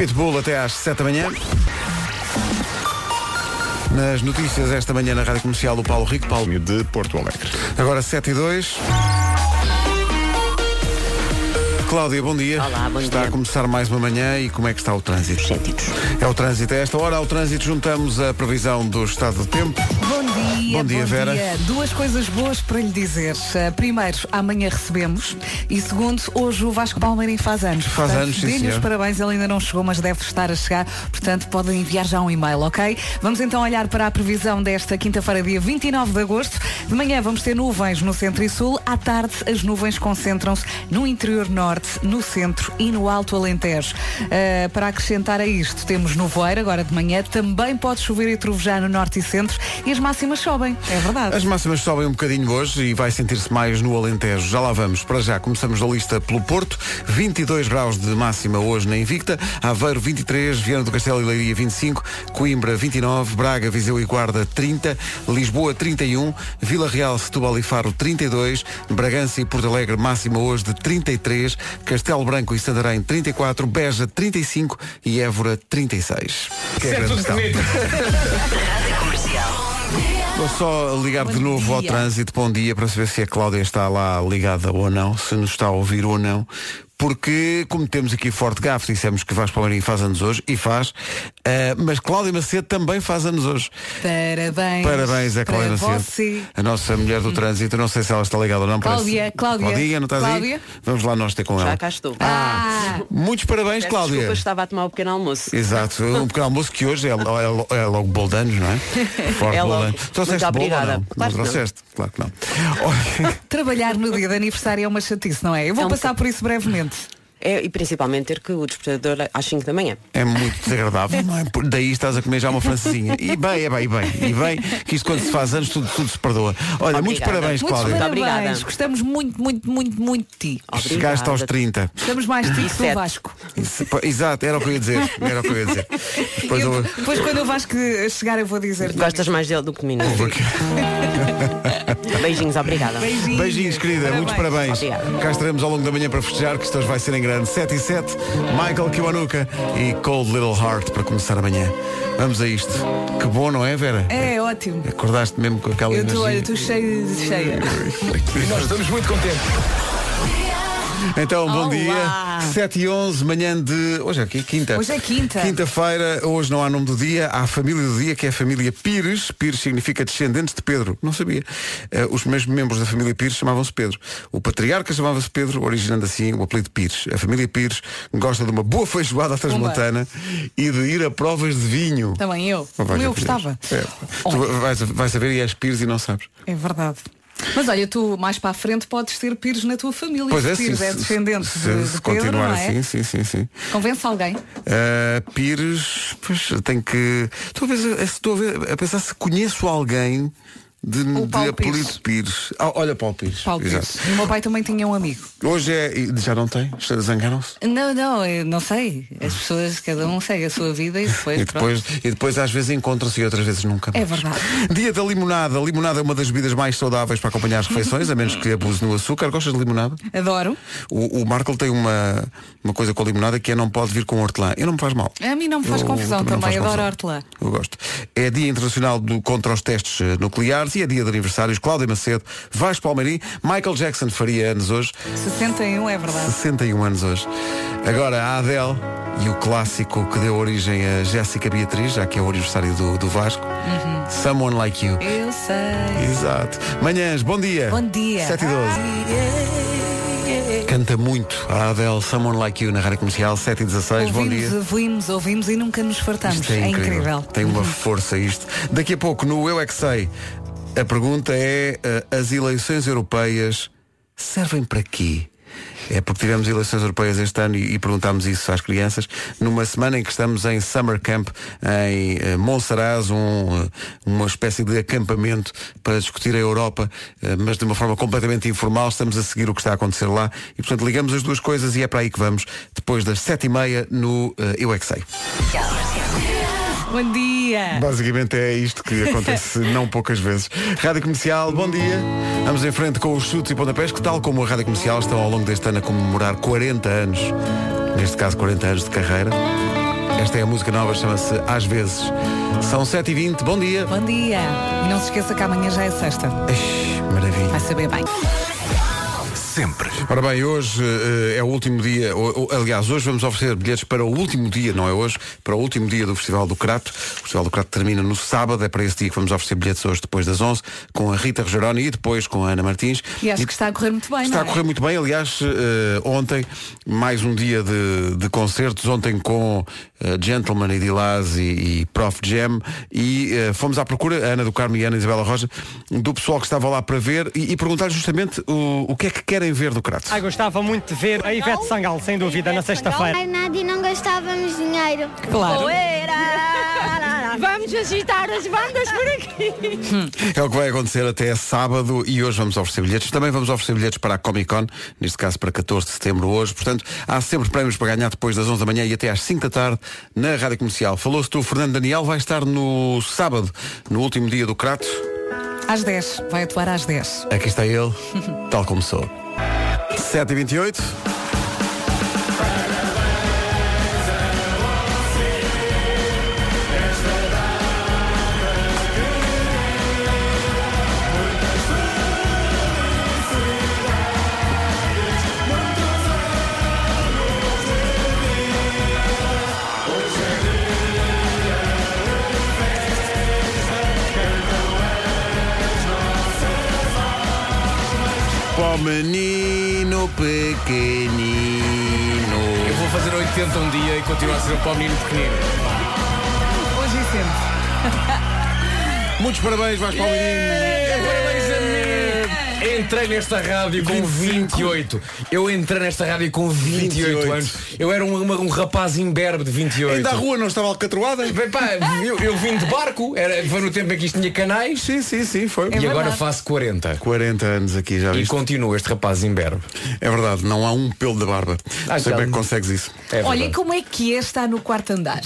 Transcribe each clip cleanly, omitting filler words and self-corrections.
Pitbull até às 7 da manhã. Nas notícias esta manhã na Rádio Comercial, o Paulo Rico, Paulo de Porto Alegre. Agora 7:02. Cláudia, bom dia. Olá, bom Está dia. a começar mais uma manhã e como é que está o trânsito? Sentidos. É o trânsito. A esta hora, ao trânsito, juntamos a previsão do estado do tempo. Bom dia, Vera. Duas coisas boas para lhe dizer. Primeiro, amanhã recebemos. E segundo, hoje o Vasco Palmeirim faz anos. Faz anos, sim, dê-lhe senhor. os parabéns, ele ainda não chegou, mas deve estar a chegar. Portanto, podem enviar já um e-mail, ok? Vamos então olhar para a previsão desta quinta-feira, dia 29 de agosto. De manhã vamos ter nuvens no centro e sul. À tarde, as nuvens concentram-se no interior norte, no centro e no Alto Alentejo. Para acrescentar a isto, temos nevoeiro agora de manhã. Também pode chover e trovejar no norte e centro. E as máximas sobem, é verdade. As máximas sobem um bocadinho hoje e vai sentir-se mais no Alentejo. Já lá vamos. Para já, começamos a lista pelo Porto. 22 graus de máxima hoje na Invicta. Aveiro 23, Viana do Castelo e Leiria 25, Coimbra 29, Braga, Viseu e Guarda 30, Lisboa 31, Vila Real, Setúbal e Faro 32, Bragança e Porto Alegre máxima hoje de 33, Castelo Branco e Santarém 34, Beja 35 e Évora 36. Que é a grande questão. Vou só ligar de novo ao trânsito. Bom dia, para saber se a Cláudia está lá ligada ou não, se nos está a ouvir ou não. Porque, como temos aqui forte gafo, dissemos que Vasco Palmeirim faz anos hoje, e faz, mas Cláudia Macedo também faz anos hoje. Parabéns. Parabéns a Cláudia para Macedo, você. a nossa mulher do trânsito. Eu não sei se ela está ligada ou não. Cláudia, Claudinha, não estás Cláudia? aí? Vamos lá nós ter com ela. Já cá estou. Muitos parabéns, Peço Cláudia. Desculpa, estava a tomar um pequeno almoço. Exato, um pequeno almoço que hoje é logo bolo de anos, não é? Forte É bolo de logo. anos. Trouxeste Muito bolo ou obrigada. não? Claro que Não não. trouxeste? Claro que não. Olha, Trabalhar no dia de aniversário é uma chatice, não é? Eu vou É um passar por isso brevemente. E principalmente ter que o despertador às 5 da manhã. é muito desagradável, não é? Daí estás a comer já uma francesinha. E bem, que isto quando se faz anos tudo se perdoa. Olha, muitos Obrigada. parabéns, Muitos Cláudia. Muito parabéns. obrigada. Gostamos muito de ti. Chegaste aos 30. Gostamos mais de ti que do 27. Vasco. Exato, era o que eu ia dizer. Depois Depois quando o Vasco chegar eu vou dizer. Gostas mais dele do que de mim. Beijinhos, obrigada. Beijinhos, querida, muitos parabéns. Obrigada. Cá estaremos ao longo da manhã para festejar, que isto hoje vai ser em grande. 7 e 7, Michael Kiwanuka e Cold Little Heart para começar amanhã. Vamos a isto. Que bom, não é, Vera? É ótimo. Acordaste mesmo com aquela Eu energia. estou cheia. Nós estamos muito contentes. Então, bom Olá. dia. 7 e 11, manhã de... Hoje é aqui, quinta. Hoje é quinta. Quinta-feira, hoje não há nome do dia, há a família do dia, que é a família Pires. Pires significa descendentes de Pedro. Não sabia. Os primeiros membros da família Pires chamavam-se Pedro. O patriarca chamava-se Pedro, originando assim o apelido Pires. A família Pires gosta de uma boa feijoada transmontana e de ir a provas de vinho. Também eu. Oh, Como eu Deus. gostava. Tu vais saber e és Pires e não sabes. É verdade. Mas olha, tu mais para a frente podes ter Pires na tua família. Pois é, Pires sim, é descendente de Pedro, continuar não é? assim, sim. Convence alguém? Pires, pois tenho que. Estou a pensar se conheço alguém de Paulo apelido Pires. Olha, Paulo Pires. Paulo Exato. Pires. O meu pai também tinha um amigo. Hoje já não tem? Zangaram-se? Não, eu não sei. As pessoas, cada um segue a sua vida e depois, E depois às vezes encontram-se e outras vezes nunca mais. É verdade. Dia da limonada. A limonada é uma das bebidas mais saudáveis para acompanhar as refeições, a menos que abuse no açúcar. Gostas de limonada? Adoro. O Marco tem uma coisa com a limonada que é não pode vir com hortelã. E não me faz mal. A mim não me faz Eu confusão não também. faz Adoro confusão. hortelã. Eu gosto. É Dia Internacional contra os Testes Nucleares e é dia de aniversários. Cláudia Macedo, Vasco Palmeirim, Michael Jackson faria anos hoje. 61 é verdade. 61 anos hoje. Agora a Adele e o clássico que deu origem a Jéssica Beatriz, já que é o aniversário do Vasco. Someone Like You. Eu sei. Exato. Manhãs, bom dia. Bom dia. 7 e 12. Canta muito a Adele, Someone Like You, na Rádio Comercial, 7 e 16. Bom dia. Ouvimos e nunca nos fartamos. Isto é incrível. Tem uma força isto. Daqui a pouco, no Eu É Que Sei, a pergunta é: as eleições europeias servem para quê? É porque tivemos eleições europeias este ano e perguntámos isso às crianças numa semana em que estamos em Summer Camp em Monsaraz, uma espécie de acampamento para discutir a Europa, mas de uma forma completamente informal. Estamos a seguir o que está a acontecer lá e, portanto, ligamos as duas coisas e é para aí que vamos depois das 7h30 no Eu É Que Sei. Bom dia. Basicamente é isto que acontece não poucas vezes. Rádio Comercial, bom dia. Vamos em frente com os chutes e pontapés, que tal como a Rádio Comercial estão ao longo deste ano a comemorar 40 anos, neste caso 40 anos de carreira. Esta é a música nova, chama-se Às Vezes. São 7h20, bom dia. Bom dia. E não se esqueça que amanhã já é sexta. Maravilha. Vai saber bem. Sempre. Ora bem, hoje é o último dia, aliás, hoje vamos oferecer bilhetes para o último dia, não é hoje, para o último dia do Festival do Crato. O Festival do Crato termina no sábado, é para esse dia que vamos oferecer bilhetes hoje depois das 11, com a Rita Rogeroni e depois com a Ana Martins. E acho que está a correr muito bem, Está não é? a correr muito bem, aliás, ontem, mais um dia de concertos, ontem com Gentleman e Dilaz e Prof Jam, e fomos à procura, a Ana do Carmo e a Ana Isabela Roja, do pessoal que estava lá para ver e perguntar justamente o que é que querem ver do Crato. Gostava muito de ver a Ivete Sangalo, sem dúvida, na sexta-feira. Nada e não gastávamos dinheiro. Claro. Vamos agitar as bandas por aqui. É o que vai acontecer até sábado e hoje vamos oferecer bilhetes. Também vamos oferecer bilhetes para a Comic Con, neste caso para 14 de setembro hoje. Portanto, há sempre prémios para ganhar depois das 11 da manhã e até às 5 da tarde na Rádio Comercial. Falou-se do Fernando Daniel, vai estar no sábado, no último dia do Crato. Às 10. Vai atuar às 10. Aqui está ele, tal como sou. 7h28. Ó menino pequenino. Eu vou fazer 80 um dia e continuar a ser um pau menino pequenino. Hoje e sempre. Muitos parabéns, vais para o menino. Parabéns a mim. Entrei nesta rádio com 28. Eu entrei nesta rádio com 28 anos. Eu era um rapaz imberbe de 28. Ainda a rua não estava alcatroada? Bem, pá, eu vim de barco, foi no tempo em que isto tinha canais. Sim, foi. E agora faço 40. 40 anos aqui, já E viste? continua este rapaz imberbe. É verdade, não há um pelo da barba. Não sei já- como é que consegues isso. É Olha, e verdade. como é que é estar no quarto andar?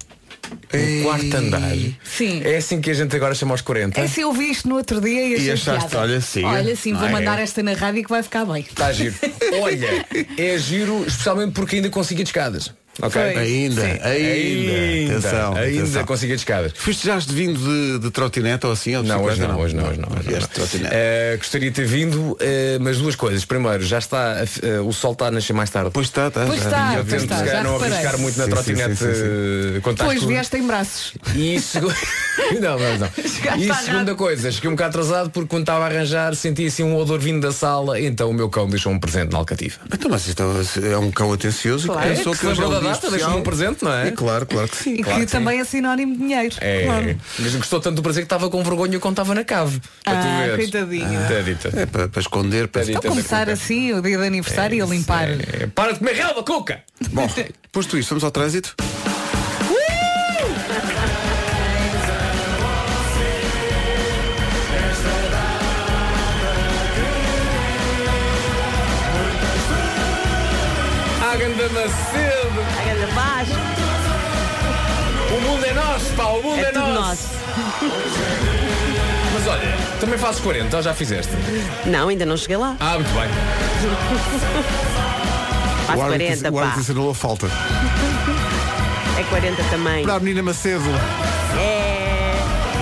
O quarto andar. Sim. É assim que a gente agora chama aos 40. É se eu vi isto no outro dia e achei achaste, piada. olha, siga. Olha, sim, vou Não é? mandar esta na rádio que vai ficar bem. Está giro. Olha, é giro especialmente porque ainda consigo ir de escadas. Ok? Pois. Ainda. Atenção. Ainda consigo ir de escadas. Foste já vindo de trotinete ou assim? Ou de Não, bicicleta? hoje não. Vieste de trotinete. Gostaria de ter vindo, mas duas coisas. Primeiro, já está, o sol está a nascer mais tarde. Pois está. Pois está, Eu pois tento está, se calhar já não reparei. arriscar muito na Sim, trotinete sim. contacto. Depois vieste em braços. E não. E à segunda coisa, cheguei um bocado atrasado porque quando estava a arranjar senti assim um odor vindo da sala, então o meu cão deixou um presente na Alcativa. Então, mas isto é um cão atencioso Claro. que pensou que que hoje é lembrou um da dia data, especial. deixou-me um presente, não é? E claro que sim. E Claro que que sim. também é sinónimo de dinheiro. É, Claro. mas gostou tanto do prazer que estava com vergonha quando estava na cave. Para tu veres. Coitadinho. Tadita. É para esconder. Para... Tadita Então da começar Cuca. assim o dia de aniversário e a limpar. Para de comer relva, Cuca! Bom, posto isto, vamos ao trânsito. Ganda Macedo! O mundo é nosso, pá, o mundo é, tudo nosso! nosso. Mas olha, também fazes 40, ou já fizeste? Não, ainda não cheguei lá. Ah, muito bem. Faz O 40, árbitro pá. assinalou a falta. É 40 também. Para a menina Macedo. É.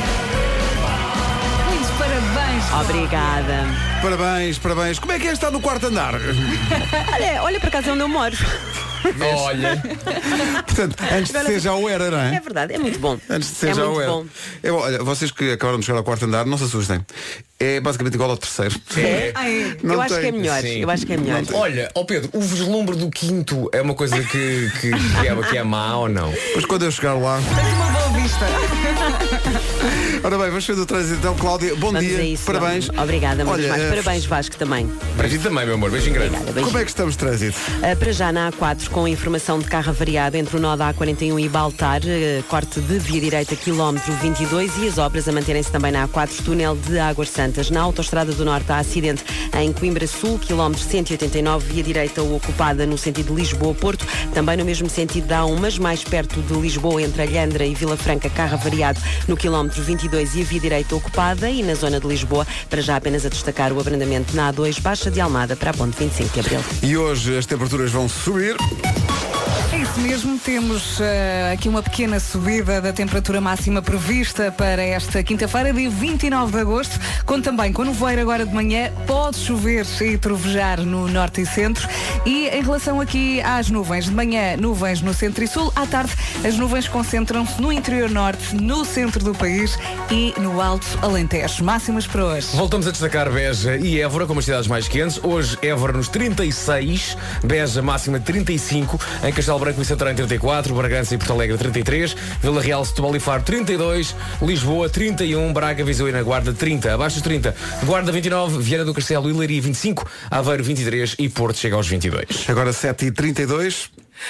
Muitos parabéns. Obrigada. Parabéns. Como é que é estar no quarto andar? Olha para casa onde eu moro. Olha, Portanto, antes de ser já o era, não É é? verdade, é muito bom. Antes de ser é já muito o era. bom. Olha, vocês que acabaram de chegar ao quarto andar, não se assustem. É basicamente igual ao terceiro. é. Ai, Não Eu acho tem. que é melhor. Sim. Eu acho que é melhor. Olha, ó Pedro, o vislumbre do quinto é uma coisa que é má ou não? Depois quando eu chegar lá. tens uma boa vista. Ora bem, vamos fazer o trânsito então, Cláudia. Bom Vamos dia. a isso. Parabéns. Vamos. Obrigada, muito Olha, mais. Parabéns, Vasco, também. Para ti também, meu amor, beijinho grande. Obrigada, Como beijinho. é é que estamos de trânsito? Para já na A4 com informação de carro avariado entre o nó da A41 e Baltar, corte de via direita quilómetro 22 e as obras a manterem-se também na A4, túnel de Águas Santas. Na Autostrada do Norte há acidente em Coimbra Sul, quilómetro 189, via direita ocupada no sentido de Lisboa-Porto, também no mesmo sentido da A1, mas mais perto de Lisboa, entre Alhandra e Vila Franca, carro avariado no quilómetro 22 e a via direita ocupada, e na zona de Lisboa, para já apenas a destacar o abrandamento na A2, Baixa de Almada para a ponte 25 de Abril. E hoje as temperaturas vão subir. É isso isso mesmo, temos aqui uma pequena subida da temperatura máxima prevista para esta quinta-feira, dia 29 de agosto, com também com nevoeiro agora de manhã, pode chover e trovejar no norte e centro. E em relação aqui às nuvens, de manhã nuvens no centro e sul, à tarde as nuvens concentram-se no interior norte, no centro do país e no Alto Alentejo. Máximas para hoje. Voltamos a destacar Beja e Évora como as cidades mais quentes. Hoje Évora nos 36, Beja máxima 35, em Castelo Branco e Santarém 34, Bragança e Porto Alegre 33, Vila Real, Setúbal e Faro 32, Lisboa 31, Braga, Viseu e na Guarda 30, abaixo dos 30, Guarda 29, Viana do Castelo e Leiria 25, Aveiro 23 e Porto chega aos 22. Agora 7h32.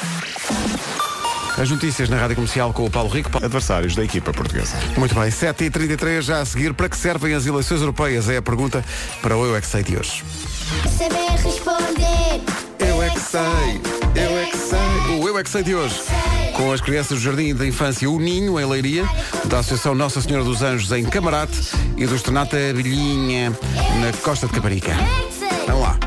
As notícias na Rádio Comercial com o Paulo Rico. Adversários da equipa portuguesa. Muito bem, 7h33 já a seguir. Para que servem as eleições europeias? É a pergunta para o Eu é que Sei de hoje. Saber responder. Eu é que sei, eu é que sei. O Eu é que Sei de hoje, com as crianças do Jardim da Infância O Ninho, em Leiria, da Associação Nossa Senhora dos Anjos, em Camarate, e do Estrenata Abelhinha, na Costa de Caparica. Vamos lá.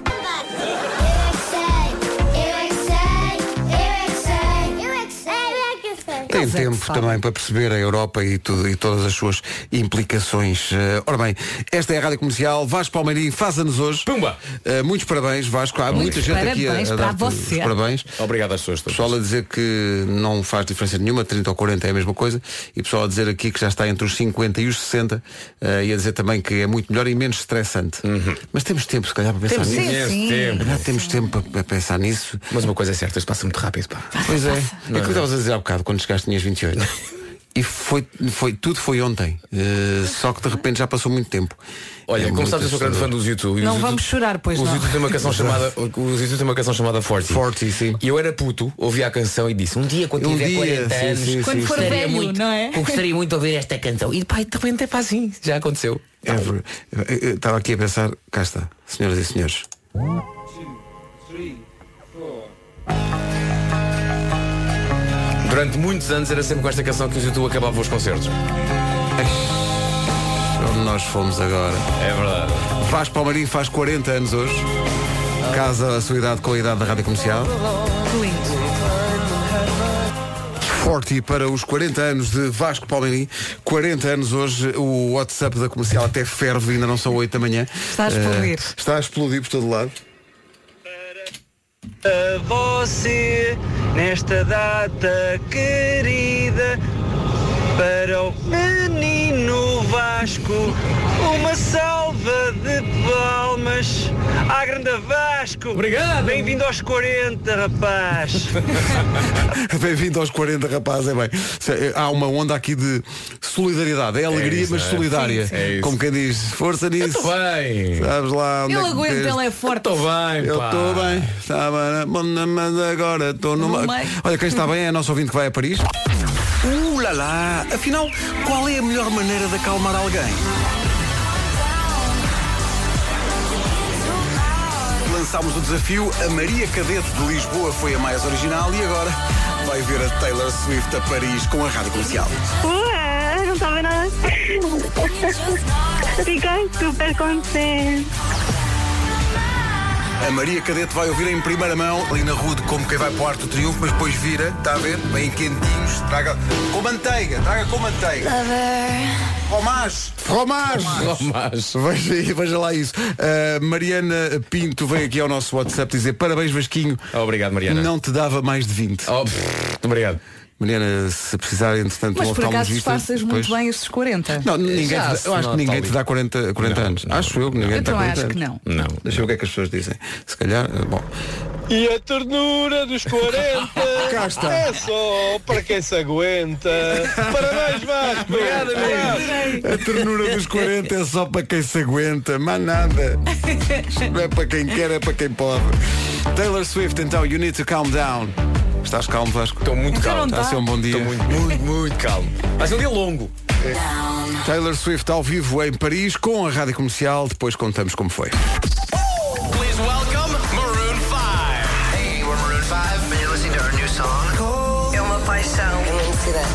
Tem tempo também para perceber a Europa e todas as suas implicações. Ora bem, esta é a Rádio Comercial. Vasco Palmeirim faz-nos hoje. Pumba! Muitos parabéns, Vasco. Há muita gente aqui a dar os parabéns. Obrigado às pessoas todas. Pessoal a dizer que não faz diferença nenhuma, 30 ou 40 é a mesma coisa. E pessoal a dizer aqui que já está entre os 50 e os 60. E a dizer também que é muito melhor e menos estressante. Mas temos tempo, se calhar, para pensar nisso. Temos tempo para pensar nisso. Mas uma coisa é certa, isto passa muito rápido, pá. Pois é. É que eu estavas a dizer há bocado, quando chegaste tinhas 28. E tudo foi ontem. Só que de repente já passou muito tempo. Olha, como sabes, eu sou grande fã dos YouTube. Não vamos chorar, pois não. Os YouTube tem uma canção chamada Forty. Forty, sim. E eu era puto, ouvia a canção e disse, um dia quando tiver 40 anos, quando for velho, muito, não é? gostaria muito de ouvir esta canção. E pá, de repente é para assim, já aconteceu. Eu estava aqui a pensar, cá está, senhoras e senhores. Durante muitos anos era sempre com esta canção que o YouTube acabava os concertos. Onde nós fomos agora. É verdade. Vasco Palmeirim faz 40 anos hoje. Casa a sua idade com a idade da Rádio Comercial. Lindo. Forte para os 40 anos de Vasco Palmeirim. 40 anos hoje. O WhatsApp da Comercial até ferve, ainda não são 8 da manhã. Está a explodir. Está a explodir por todo lado. A você, nesta data querida, para o menino Vasco, uma salva de palmas. À grande Vasco. Obrigado. Bem-vindo aos 40, rapaz. Bem-vindo aos 40, rapaz. É bem. Há uma onda aqui de solidariedade. É alegria, mas solidária. Sim. Como quem diz, força nisso. Estou bem. Sabes lá onde Ele é que aguenta, tens... ele é forte. Estou bem, Eu pá. estou bem. Estava mas agora estou numa... Olha, quem está bem é a nossa ouvinte que vai a Paris. Lá lá. Afinal, qual é a melhor maneira de acalmar alguém? Lançámos o desafio, a Maria Cadete de Lisboa foi a mais original e agora vai ver a Taylor Swift a Paris com a Rádio Comercial. Ué, não estava nada. Fiquei super contente. A Maria Cadete vai ouvir em primeira mão ali na rua de como quem vai para o Arco do Triunfo, mas depois vira, está a ver? Bem quentinhos, traga com manteiga. Fromage. Veja lá isso. Mariana Pinto veio aqui ao nosso WhatsApp dizer parabéns, Vasquinho. Obrigado, Mariana. Não te dava mais de 20. Obrigado. Mariana, se precisar, entretanto, Mas por acaso disfarças muito bem estes 40. Não, eu acho que ninguém te dá 40 anos. Não. Acho eu que ninguém te dá Eu 40 acho anos. que não. Não. Deixa eu ver o que é que as pessoas dizem. Se calhar, bom. E a ternura dos 40 Cá está. é só para quem se aguenta. Parabéns, Vasco. Obrigado, amigo. A ternura dos 40 é só para quem se aguenta, mais nada. Não é para quem quer, é para quem pode. Taylor Swift, então, You Need to Calm Down. Estás calmo, Vasco? Estou muito Então calmo. não Está a ser um bom dia. Estou muito calmo. Vai ser um dia longo. Taylor Swift ao vivo em Paris com a Rádio Comercial. Depois contamos como foi. Please welcome Maroon 5. Hey, we're Maroon 5 and you're listening to our new song. É uma paixão. É uma necessidade.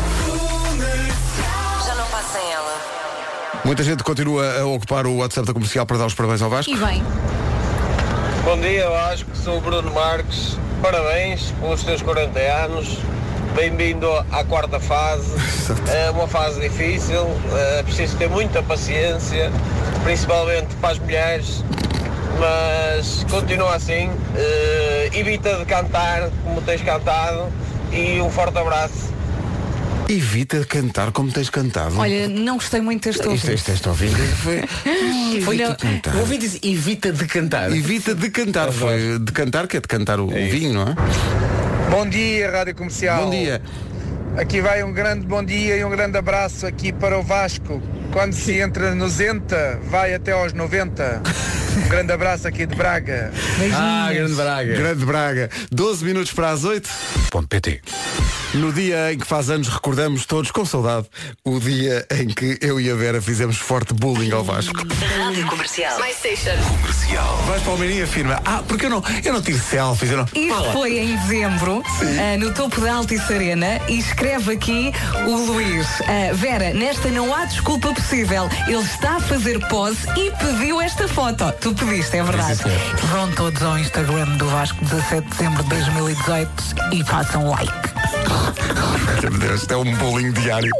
Já não passa sem ela. Muita gente continua a ocupar o WhatsApp da Comercial para dar os parabéns ao Vasco. E bem. Bom dia, Vasco. Sou o Bruno Marques. parabéns pelos teus 40 anos. Bem-vindo à quarta fase. É uma fase difícil, é preciso ter muita paciência, principalmente para as mulheres, mas continua assim. Evita de cantar como tens cantado e um forte abraço. Evita de cantar como tens cantado. Olha, não gostei muito deste ouvinte. Este ouvinte foi não, de cantar. O ouvinte diz evita de cantar. Evita de cantar. Foi de cantar, que é de cantar o vinho, não é? Bom dia, Rádio Comercial. Bom dia. Aqui vai um grande bom dia e um grande abraço aqui para o Vasco. Quando se entra nos 90, vai até aos 90. Um grande abraço aqui de Braga. Grande Braga. Grande Braga. 12 minutos para as 8.pt. No dia em que faz anos, recordamos todos com saudade o dia em que eu e a Vera fizemos forte bullying ao Vasco. Rádio Comercial. My station. Vais para o Palmeirinho e afirma: porque eu não tiro selfies, eu não. Isto foi em dezembro, no topo da Altice Arena, e escreve aqui o Luís: Vera, nesta não há desculpa possível. Ele está a fazer pose e pediu esta foto. Tu pediste, é verdade. Vão todos ao Instagram do Vasco, 17 de dezembro de 2018, e façam like. Meu Deus, isto é um bullying diário.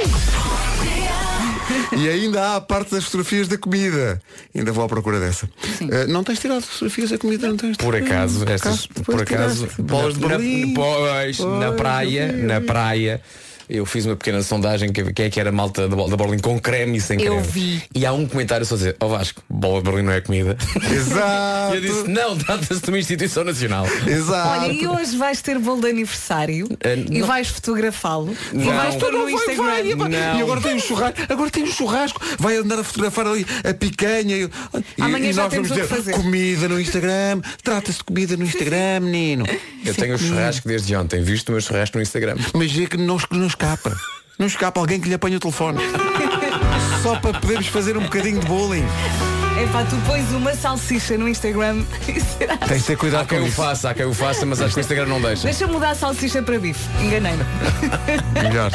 E ainda há a parte das fotografias da comida. Ainda vou à procura dessa. Não tens tirado fotografias da comida, não tens? Por acaso, bolas de Berlim. Na praia. Eu fiz uma pequena sondagem que é que era malta da Berlim com creme e sem creme. Eu vi. E há um comentário só a dizer: Vasco, bola de Berlim não é comida. Exato. E eu disse: não, trata-se de uma instituição nacional. Exato. Olha, e hoje vais ter bolo de aniversário e vais fotografá-lo e vais pôr no Instagram. E agora tem um churrasco. Vai andar a fotografar ali a picanha. Amanhã e já nós temos vamos o que fazer. Comida no Instagram. Trata-se de comida no Instagram, menino. Eu tenho o churrasco desde ontem. Viste o meu churrasco no Instagram? Mas é que não escapa. Não escapa alguém que lhe apanhe o telefone. Só para podermos fazer um bocadinho de bullying. Epá, tu pões uma salsicha no Instagram e será. Tens de ter cuidado com isso. Há quem o faça, mas acho que o Instagram não deixa. Deixa mudar a salsicha para bife. Enganei-me. Melhor.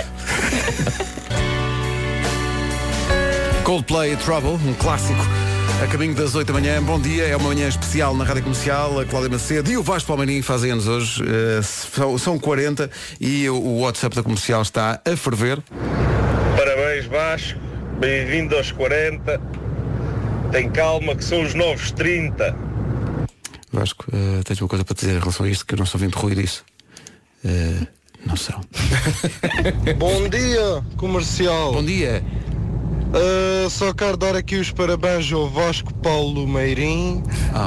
Coldplay Trouble, um clássico. A caminho das 8 da manhã, bom dia, é uma manhã especial na Rádio Comercial. A Cláudia Macedo e o Vasco Palmeirinho fazem anos hoje, são 40 e o WhatsApp da Comercial está a ferver. Parabéns, Vasco, bem-vindo aos 40. Tem calma que são os novos 30. Vasco, tens uma coisa para dizer em relação a isto, que eu não sou vindo ruir isso. Não são. Bom dia, Comercial. Bom dia. Só quero dar aqui os parabéns ao Vasco Paulo Meirim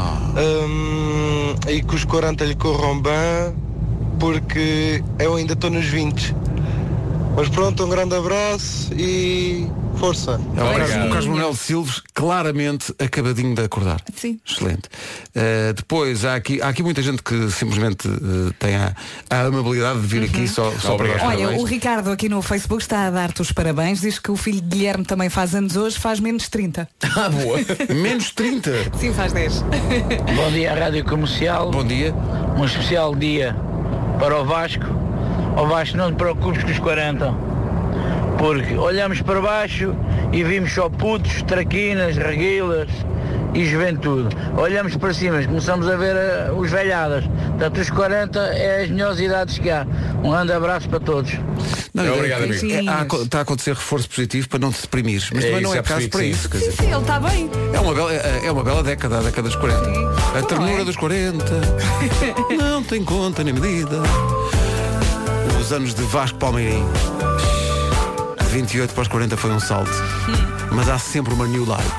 e que os 40 lhe corram bem, porque eu ainda estou nos 20. Mas pronto, um grande abraço e força. É o Carlos Manuel Silves, claramente acabadinho de acordar. Sim. Excelente. Depois há aqui muita gente que simplesmente tem a amabilidade de vir aqui só para dar os Olha, parabéns. o Ricardo aqui no Facebook está a dar-te os parabéns. Diz que o filho de Guilherme também faz anos hoje, faz menos 30. Boa. Menos 30? Sim, faz 10. Bom dia, Rádio Comercial. Bom dia. Um especial dia para o Vasco. Ó Vasco, não te preocupes com os 40. Porque olhamos para baixo e vimos só putos, traquinas, reguilas e juventude. Olhamos para cima, começamos a ver os velhadas. Portanto, os 40 é as melhores idades que há. Um grande abraço para todos. Obrigado, amigo. Está a acontecer reforço positivo para não te deprimires. Mas também não é caso para isso. Quer dizer, Sim, ele está bem. é uma bela década, a década dos 40. A ternura dos 40. Não tem conta nem medida. Os anos de Vasco Palmeirinho. 28 para os 40 foi um salto. Mas há sempre uma new light.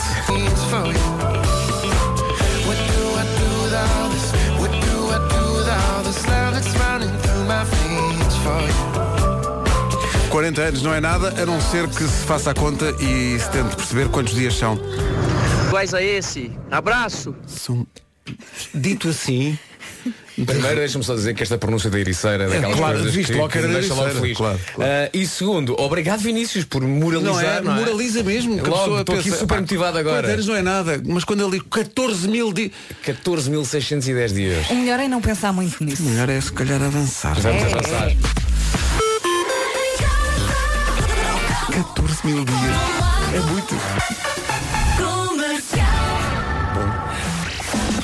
40 anos não é nada, a não ser que se faça a conta e se tente perceber quantos dias são. Iguais a esse. Abraço. Dito assim. Primeiro, deixa-me só dizer que esta pronúncia da Ericeira, daquelas coisas visto logo que era me deixa logo Ericeira, feliz. claro. E segundo, obrigado Vinícius por moralizar. Não é? Moraliza mesmo. Que a pessoa Estou aqui pensa, super motivado agora. 40 anos não é nada, mas quando ele diz 14.610 dias. O melhor é não pensar muito nisso. O melhor é se calhar avançar. Vamos avançar. 14 mil dias. É muito.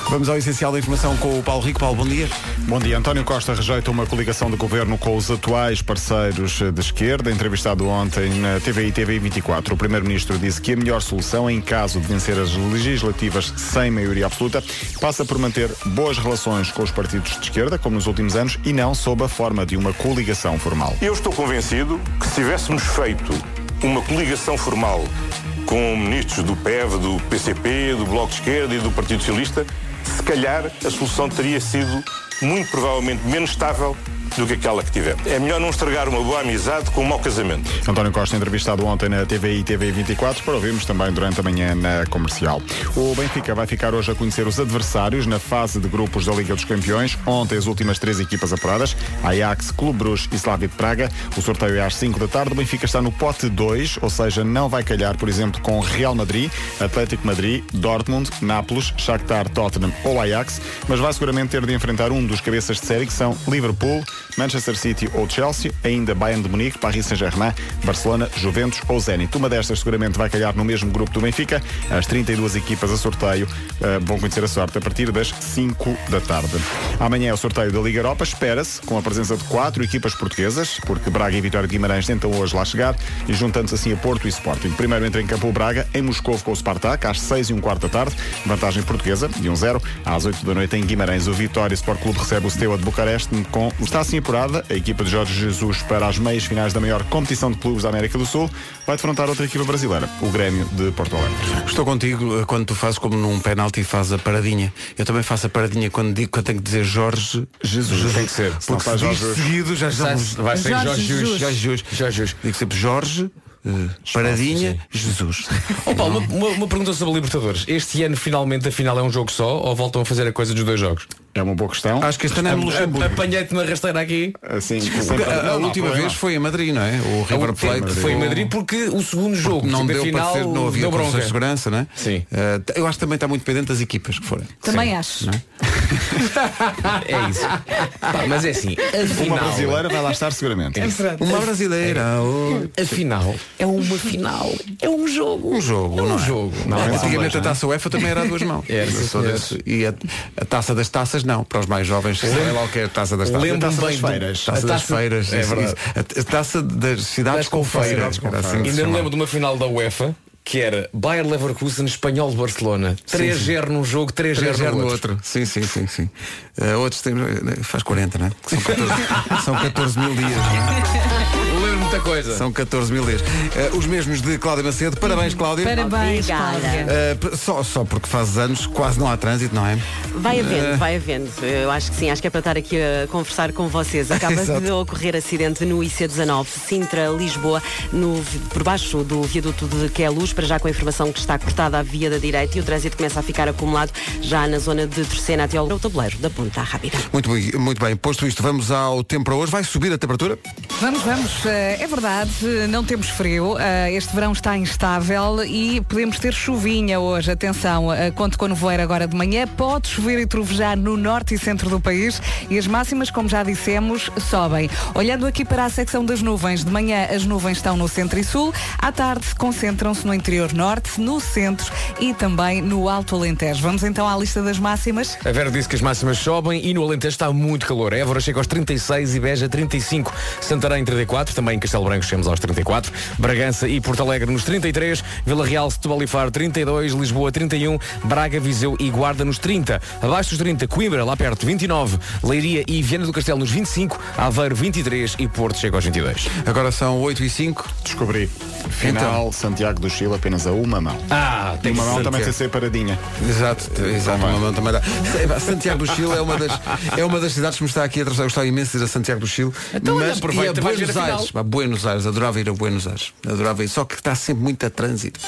Vamos ao essencial da informação com o Paulo Rico. Paulo, bom dia. Bom dia. António Costa rejeita uma coligação de governo com os atuais parceiros de esquerda. Entrevistado ontem na TVI e TV24, o Primeiro-Ministro disse que a melhor solução, em caso de vencer as legislativas sem maioria absoluta, passa por manter boas relações com os partidos de esquerda, como nos últimos anos, e não sob a forma de uma coligação formal. Eu estou convencido que se tivéssemos feito uma coligação formal com ministros do PEV, do PCP, do Bloco de Esquerda e do Partido Socialista, se calhar a solução teria sido muito provavelmente menos estável do que aquela que tivemos. É melhor não estragar uma boa amizade com um mau casamento. António Costa, entrevistado ontem na TVI e TV24, para ouvirmos também durante a manhã na Comercial. O Benfica vai ficar hoje a conhecer os adversários na fase de grupos da Liga dos Campeões. Ontem as últimas 3 equipas apuradas, Ajax, Clube Bruges e Slavia de Praga. O sorteio é às 5 da tarde. O Benfica está no pote 2, ou seja, não vai calhar, por exemplo, com Real Madrid, Atlético Madrid, Dortmund, Nápoles, Shakhtar, Tottenham ou Ajax, mas vai seguramente ter de enfrentar um dos cabeças de série, que são Liverpool, Manchester City ou Chelsea, ainda Bayern de Munique, Paris Saint-Germain, Barcelona, Juventus ou Zenit. Uma destas seguramente vai calhar no mesmo grupo do Benfica. As 32 equipas a sorteio vão conhecer a sorte a partir das 5 da tarde. Amanhã é o sorteio da Liga Europa. Espera-se com a presença de 4 equipas portuguesas, porque Braga e Vitória de Guimarães tentam hoje lá chegar, e juntando-se assim a Porto e Sporting. Primeiro entra em campo o Braga, em Moscovo com o Spartak, às 6h15 da tarde. Vantagem portuguesa, de 1-0. Às 8 da noite em Guimarães, o Vitória Sport Clube recebe o Steaua de Bucareste. Está assim apurada a equipa de Jorge Jesus para as meias finais da maior competição de clubes da América do Sul. Vai defrontar outra equipa brasileira, o Grêmio de Porto Alegre. Estou contigo quando tu fazes como num penalti e fazes a paradinha. Eu também faço a paradinha quando digo que eu tenho que dizer Jorge Jesus. Tem que ser. Porque se diz seguido já vai ser Jorge Jesus. Digo sempre Jorge, paradinha, Jesus. Oh, Paulo, uma pergunta sobre a Libertadores. Este ano finalmente a final é um jogo só ou voltam a fazer a coisa dos 2 jogos? É uma boa questão. Acho que este ano é no Luxemburgo. Apanhei-te na rasteira aqui. Assim, a última vez foi em Madrid, não é? O River Plate foi em Madrid porque o segundo jogo não deu final, para ser, não havia condições de segurança, não é? Sim. Eu acho que também está muito pendente das equipas que forem. Também acho. É isso. Pá, mas é assim, uma brasileira vai lá estar seguramente. Uma brasileira. A final é uma final. É um jogo. Um jogo, não é? Jogo. Antigamente a taça UEFA também era a 2 mãos. E a taça das taças não. Para os mais jovens, sei lá o que é a taça das taças. Lembro-me bem das feiras. Taça das feiras. É verdade. A taça das cidades com feiras. Ainda me lembro de uma final da UEFA que era Bayer Leverkusen, Espanhol de Barcelona. 3-0 num jogo, 3-0 no outro. Sim. Outros têm, faz 40, não é? São 14 mil dias. Lembro muita coisa. São 14 mil dias. Os mesmos de Cláudia Macedo. Parabéns, Cláudia. Parabéns, Cláudia. Só porque fazes anos, quase não há trânsito, não é? Vai havendo. Eu acho que sim, acho que é para estar aqui a conversar com vocês. Acaba de ocorrer acidente no IC19, Sintra-Lisboa, por baixo do viaduto de Queluz, para já com a informação que está cortada a via da direita e o trânsito começa a ficar acumulado já na zona de Terceira até ao tabuleiro da Ponta Rápida. Muito bem. Posto isto, vamos ao tempo para hoje. Vai subir a temperatura? Vamos. É verdade, não temos frio. Este verão está instável e podemos ter chuvinha hoje. Atenção, conto com o nevoeiro agora de manhã. Pode chover e trovejar no norte e centro do país e as máximas, como já dissemos, sobem. Olhando aqui para a secção das nuvens, de manhã as nuvens estão no centro e sul, à tarde concentram-se no interior norte, no centro e também no Alto Alentejo. Vamos então à lista das máximas. A Vera disse que as máximas sobem e no Alentejo está muito calor. Évora chega aos 36 e Beja 35. Santarém 34, também em Castelo Branco chegamos aos 34. Bragança e Porto Alegre nos 33. Vila Real, Setúbal e Faro 32. Lisboa 31. Braga, Viseu e Guarda nos 30. Abaixo dos 30, Coimbra, lá perto 29. Leiria e Viana do Castelo nos 25. Aveiro 23 e Porto chega aos 22. Agora são 8h05. Descobri. Final, então. Santiago do Chile apenas a uma mão. Tem uma mão também tem que ser paradinha. Exato, uma mão também dá. Santiago do Chile é uma das cidades que me está aqui a atravessar. Eu gostava imenso de ir a Santiago do Chile. Então, mas e a Buenos Aires. Buenos Aires, adorava ir a Buenos Aires. Adorava ir, só que está sempre muito a trânsito.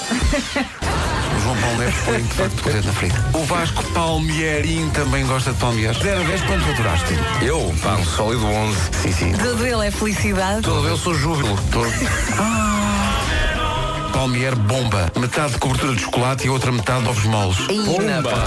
O João Paulo Neves põe de facto correr na frente. O Vasco Palmierinho também gosta de palmeiras. 0 a 10, quanto faturaste? Eu? Um sólido 11. Sim. Tudo dele é felicidade. Tudo eu sou júbilo. Palmier bomba. Metade de cobertura de chocolate e outra metade de ovos moles. Bomba!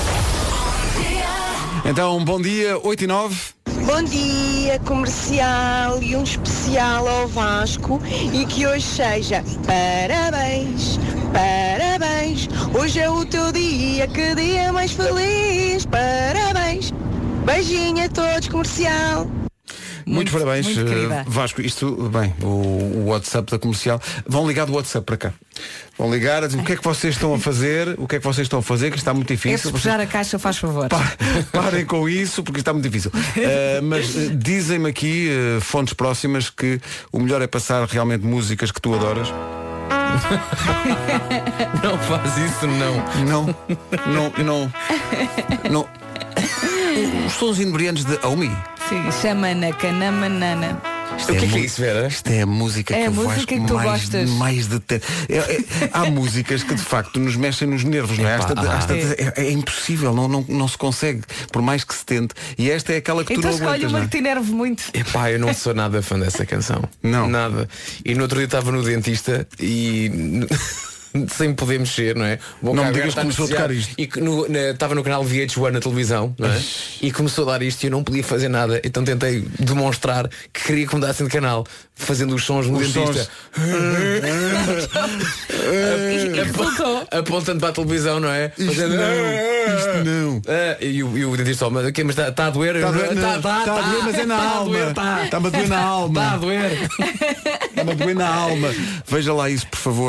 Então, bom dia, 8h09. Bom dia, comercial, e um especial ao Vasco, e que hoje seja parabéns, parabéns. parabéns. Hoje é o teu dia, que dia mais feliz. Parabéns. Beijinho a todos, comercial. Muito parabéns, muito querida. Vasco. Isto, bem, o WhatsApp da comercial. Vão ligar do WhatsApp para cá. Vão ligar a dizer o que é que vocês estão a fazer, o que é que vocês estão a fazer, que está muito É difícil. despejar a caixa, faz favor. Parem com isso, porque está muito difícil. Mas dizem-me aqui, fontes próximas, que o melhor é passar realmente músicas que tu adoras. Não faz isso, Não. Os sons inebriantes de Omi. Sim, chama na canamanana. O que é isso, Vera? Isto é a música É que a eu música gosto que tu gostas. mais de ter. Há músicas que de facto nos mexem nos nervos, não é? É impossível, não se consegue, por mais que se tente. E esta é aquela que Então tu não escolhe aguentas, uma não é? que te enerve muito. Epá, eu não sou nada fã dessa canção. Não. Nada. E no outro dia estava no dentista e sem poder mexer, não é? Não me digas que começou a tocar isto. E que estava no canal VH1 na televisão, não é? E começou a dar isto e eu não podia fazer nada. Então tentei demonstrar que queria que mudassem de canal, fazendo os sons no dentista. Apontando para a televisão, não é? Isto não. E o dentista, mas está a doer? Está a doer, mas é na alma. Está-me a doer na alma. Está a doer. Está-me a doer na alma. Veja lá isso, por favor.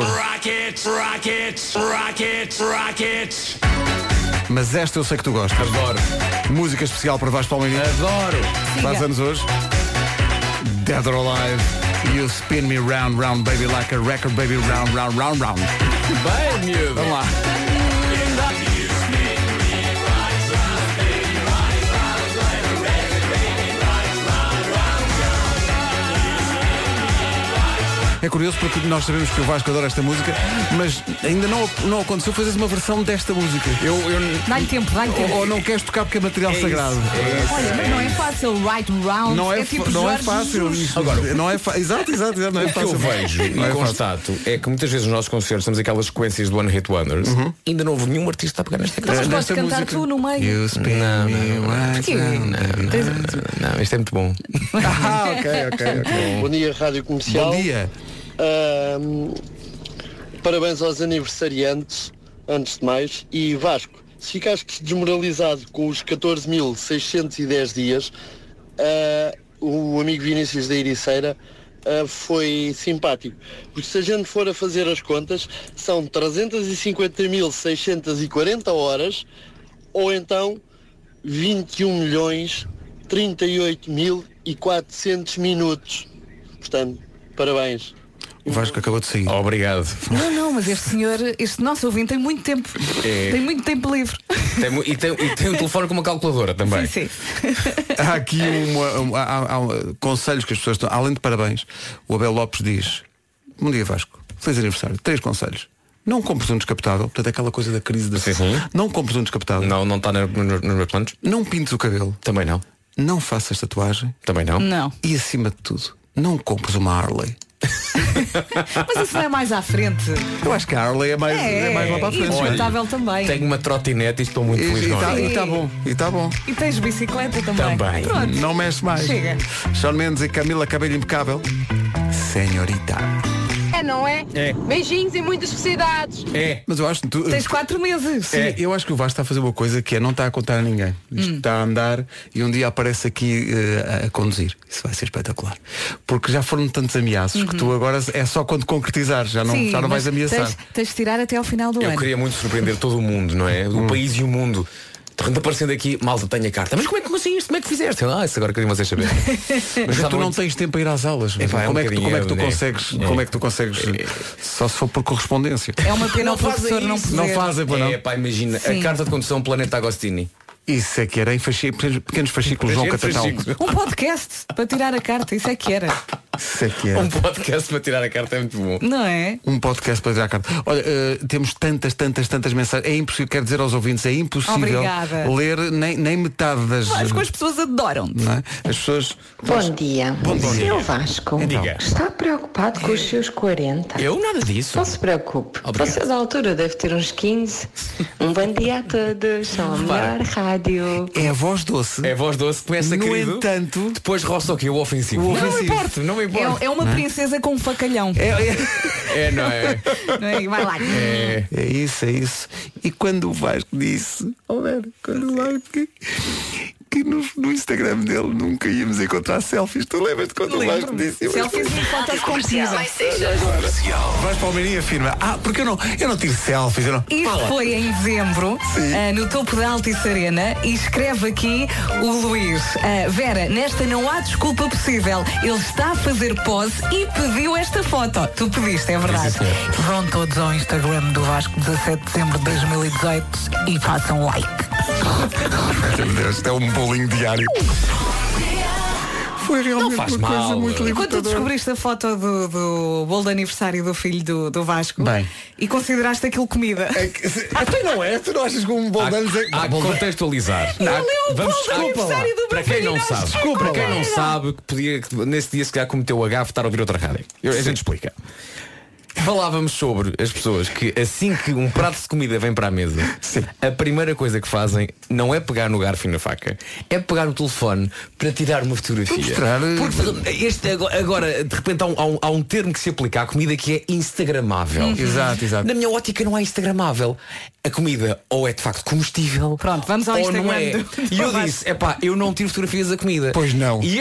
Rockets. Mas esta eu sei que tu gostas. Adoro. Música especial para Vasco Palmeirinho. Adoro. Faz anos hoje. Dead or Alive. You spin me round, round, baby, like a record, baby, round, round, round, round. Bem, miúdo. Vamos lá. É curioso porque nós sabemos que o Vasco adora esta música, mas ainda não aconteceu fazeres uma versão desta música. Dá-lhe tempo, dá-lhe tempo. Ou não queres tocar porque é material sagrado. Olha, mas não é fácil, right round. Não é, tipo não é Jorge fácil. Jesus. Agora, não é exato, não é O que fácil. eu vejo Não e é constato é que muitas vezes nos nossos concertos temos aquelas sequências do One Hit Wonders. Ainda não houve nenhum artista a pegar nesta Então, canção. mas podes cantar tu no meio. You spin me right round. Não, isto é muito bom. Ok. Bom dia, Rádio Comercial. Bom dia. Parabéns aos aniversariantes, antes de mais. E Vasco, se ficaste desmoralizado com os 14.610 dias, o amigo Vinícius da Ericeira foi simpático. Porque se a gente for a fazer as contas, são 350.640 horas, ou então 21.038.400 minutos. Portanto, parabéns. O Vasco acabou de sair. Obrigado. Não, mas este nosso ouvinte tem muito tempo. Tem muito tempo livre. E tem um telefone com uma calculadora também. Sim. Há aqui há conselhos que as pessoas estão. Além de parabéns, o Abel Lopes diz: bom dia, Vasco, feliz aniversário. 3 conselhos. Não compres um descapotável, portanto é aquela coisa da crise da Não compres um descapotável. Não está nos meus planos. Não pintes o cabelo. Também não. Não faças tatuagem. Também não. Não. E acima de tudo, não compres uma Harley. Mas isso não é mais à frente. Eu acho que a Harley é mais lá para a E frente. desmontável também. Tenho uma trotinete e estou muito feliz. E está bom. E tens bicicleta também. Pronto. Não mexe mais. Chega. Shawn Mendes e Camila Cabello Impecável. Senhorita. É, não é? É. Beijinhos e muitas felicidades. É. Mas eu acho que tu. Tens 4 meses. Sim, eu acho que o Vasco está a fazer uma coisa que é não está a contar a ninguém. Isto está a andar e um dia aparece aqui a conduzir. Isso vai ser espetacular. Porque já foram tantos ameaços que tu agora é só quando concretizar, já não vais ameaçar. Tens de tirar até ao final do ano. Eu queria muito surpreender todo o mundo, não é? O país e o mundo. De repente aparecendo aqui, malta, tenho a carta. Mas como é que conseguiste? Como é que fizeste? Isso agora queriam vocês saber. Mas tu não tens tempo a ir às aulas. Como é que tu consegues? Só se for por correspondência. É uma pena o professor não poder. Não fazem, não. Imagina, a carta de condução Planeta Agostini. Isso é que era em pequenos fascículos João Catatal. Um podcast para tirar a carta, isso é que era. Isso é que era. Um podcast para tirar a carta é muito bom. Não é? Um podcast para tirar a carta. Olha, temos tantas mensagens. É impossível, quero dizer aos ouvintes, é impossível ler nem metade das. Mas que as pessoas adoram. Não é? As pessoas. Bom dia. Bom dia. Seu Vasco, está preocupado com os seus 40? Eu nada disso. Não se preocupe. Obrigado. Você da altura deve ter uns 15. Um bom dia a todos. São a melhor rádio. É a voz doce. É a voz doce, começa No querido. entanto, depois roça o quê? O ofensivo. O ofensivo. Não me importa. É uma princesa com um facalhão. Não é? Não é? Vai lá. É isso. E quando o Vasco disse, quando o Vasco que no Instagram dele nunca íamos encontrar selfies. Tu lembras-te quando o Vasco disse? Selfies e fotos contidas. Vais para o Meirinho e afirma, porque eu não tiro selfies. Isto foi em dezembro, no topo da Altice Arena, e escreve aqui o Luís. Vera, nesta não há desculpa possível. Ele está a fazer pose e pediu esta foto. Tu pediste, é verdade. Vão todos ao Instagram do Vasco, 17 de dezembro de 2018, e façam like. Meu Deus, isto é um bolinho diário. Foi realmente não faz uma coisa mal. muito E quando tu libertadora. descobriste a foto do bolo de aniversário do filho do Vasco, Bem. e consideraste aquilo comida? Tu não é? Tu não achas que um bolo de anos é... Há que contextualizar. Para quem não sabe, que nesse dia se calhar cometeu o agafe estar a ouvir outra rádio. A gente explica. Falávamos sobre as pessoas que assim que um prato de comida vem para a mesa, a primeira coisa que fazem não é pegar no garfo e na faca, é pegar no telefone para tirar uma fotografia. Porque agora, de repente, há um termo que se aplica à comida que é instagramável. Exato. Na minha ótica não é instagramável. A comida ou é de facto comestível. Pronto, vamos ao ou Instagram. não é. E eu disse, eu não tiro fotografias da comida. Pois não. E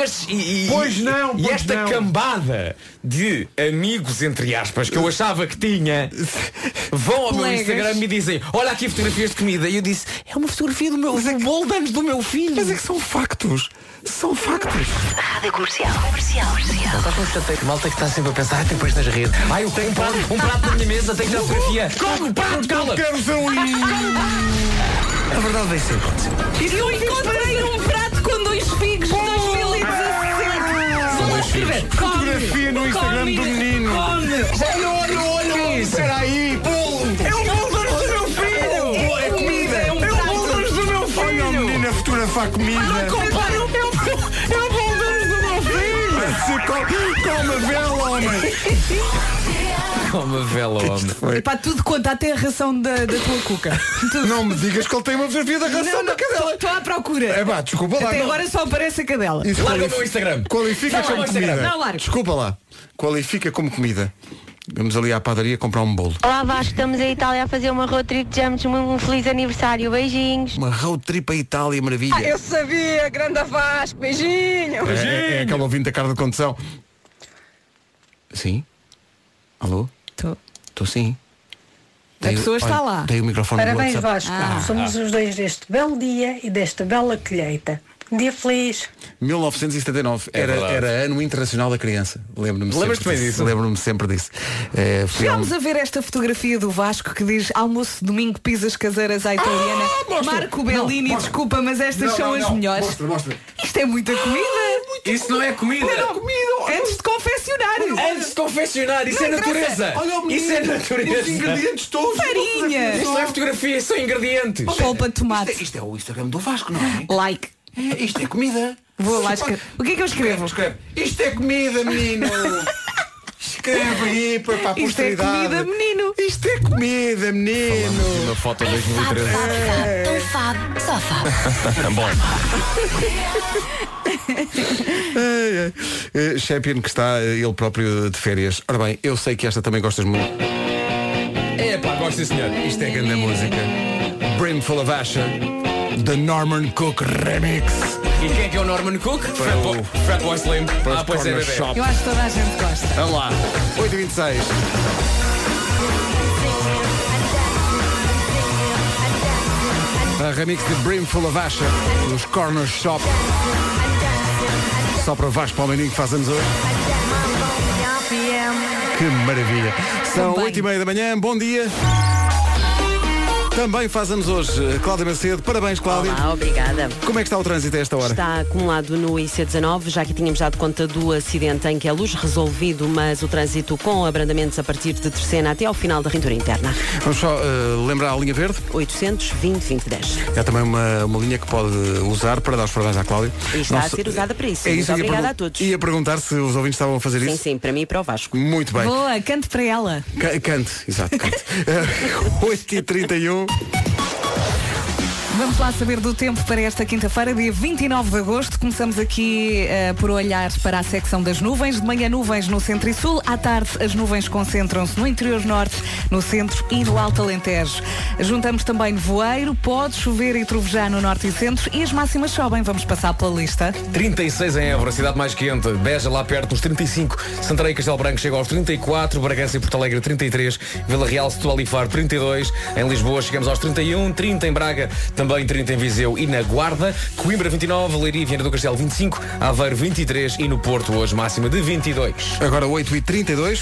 esta cambada de amigos, entre aspas, que eu achava que tinha, vão ao meu Instagram e me dizem, olha aqui fotografias de comida. E eu disse, é uma fotografia do bolo de anos do meu filho. Mas é que são factos. São factos. Rádio Comercial. Está com chateio. Malta que está sempre a pensar, depois nas redes. Eu tenho um prato na minha mesa, tenho que tirar fotografia. Como prato, cala! Quero ser um... A verdade vai ser. Eu encontrei um prato com 2 figos de 2017. Vou escrever. Fotografia no Instagram do menino. Olha. Espera aí. É o bolo de anos do meu filho. É comida. É o bolo de anos do meu filho. Olha o menino a fotografar comida. É o bolo de anos do meu filho. Come vela, homem. Come vela, homem. Epá, tudo conta, até a ração da tua cuca. Não me digas que ele tem uma fotografia da ração da cadela. Estou à procura. Desculpa lá. Até agora só aparece a cadela. Larga o meu Instagram. Qualifica como comida. Não, larga. Desculpa lá. Qualifica como comida. Vamos ali à padaria comprar um bolo. Olá Vasco, estamos em Itália a fazer uma road trip, desejamos um feliz aniversário, beijinhos. Uma road trip à Itália, maravilha. Eu sabia, grande Vasco, beijinho. É aquela ouvinte da cara de condução. Sim? Alô? Estou sim. A pessoa está lá. Tem o microfone do Parabéns, WhatsApp. Vasco. Somos os dois deste belo dia e desta bela colheita. Um dia feliz. 1979 era ano internacional da criança. Lembras-te bem disso? Lembro-me sempre disso. Chegámos a ver esta fotografia do Vasco que diz almoço de domingo, pizzas caseiras à italiana. Marco Bellini, desculpa, mas estas são as melhores. Mostra. Isto é muita comida. Isso não é comida. Antes de confeccionar. Isso é natureza. Isso é natureza. Os ingredientes todos. Farinha. Isso não é fotografia, são ingredientes. Polpa de tomate. Isto é o Instagram do Vasco, não é? Like. Isto é comida. Vou lá escrever. O que é que eu escrevo? Isto é comida, menino. Escreve aí para a Isto é posteridade. comida, menino. Isto é comida, menino. Uma foto de 2013. Só fado. Bom. Champion que está ele próprio de férias. Ora bem, eu sei que esta também gostas muito. Gosto sim, senhor. Isto é grande música. Brimful of Asher, The Norman Cook Remix. E quem é que é o Norman Cook? Fatboy Slim. Pois é, bebê. Eu acho que toda a gente gosta. Vamos lá, 8h26. A remix de Brimful of Asher nos Corner Shop. Só para Vasco Palmeirinho que faz anos hoje. Que maravilha. São 8h30 da manhã, bom dia. Também faz anos hoje Cláudia Macedo. Parabéns, Cláudia. Olá, obrigada. Como é que está o trânsito a esta hora? Está acumulado no IC19, já que tínhamos dado conta do acidente em que a luz resolvido, mas o trânsito com abrandamentos a partir de Terceira até ao final da rentura interna. Vamos só lembrar a linha verde. 820-2010. É também uma linha que pode usar para dar os parabéns à Cláudia. E está a ser usada para isso. É isso. Muito obrigada a todos. Ia perguntar se os ouvintes estavam a fazer isso. Sim, para mim e para o Vasco. Muito bem. Boa, cante para ela. Cante, exato, cante. 8h31. Vamos lá saber do tempo para esta quinta-feira, dia 29 de agosto. Começamos aqui por olhar para a secção das nuvens. De manhã, nuvens no centro e sul. À tarde, as nuvens concentram-se no interior norte, no centro e no Alto Alentejo. Juntamos também nevoeiro, pode chover e trovejar no norte e centro e as máximas sobem. Vamos passar pela lista. 36 em Évora, cidade mais quente. Beja lá perto, nos 35. Santarém e Castelo Branco chegam aos 34. Bragança e Porto Alegre, 33. Vila Real, Setúbal e Faro, 32. Em Lisboa chegamos aos 31. 30 em Braga, também 30 em Viseu e na Guarda. Coimbra, 29. Leiria e Viana do Castelo, 25. Aveiro, 23. E no Porto, hoje, máxima de 22. Agora 8h32.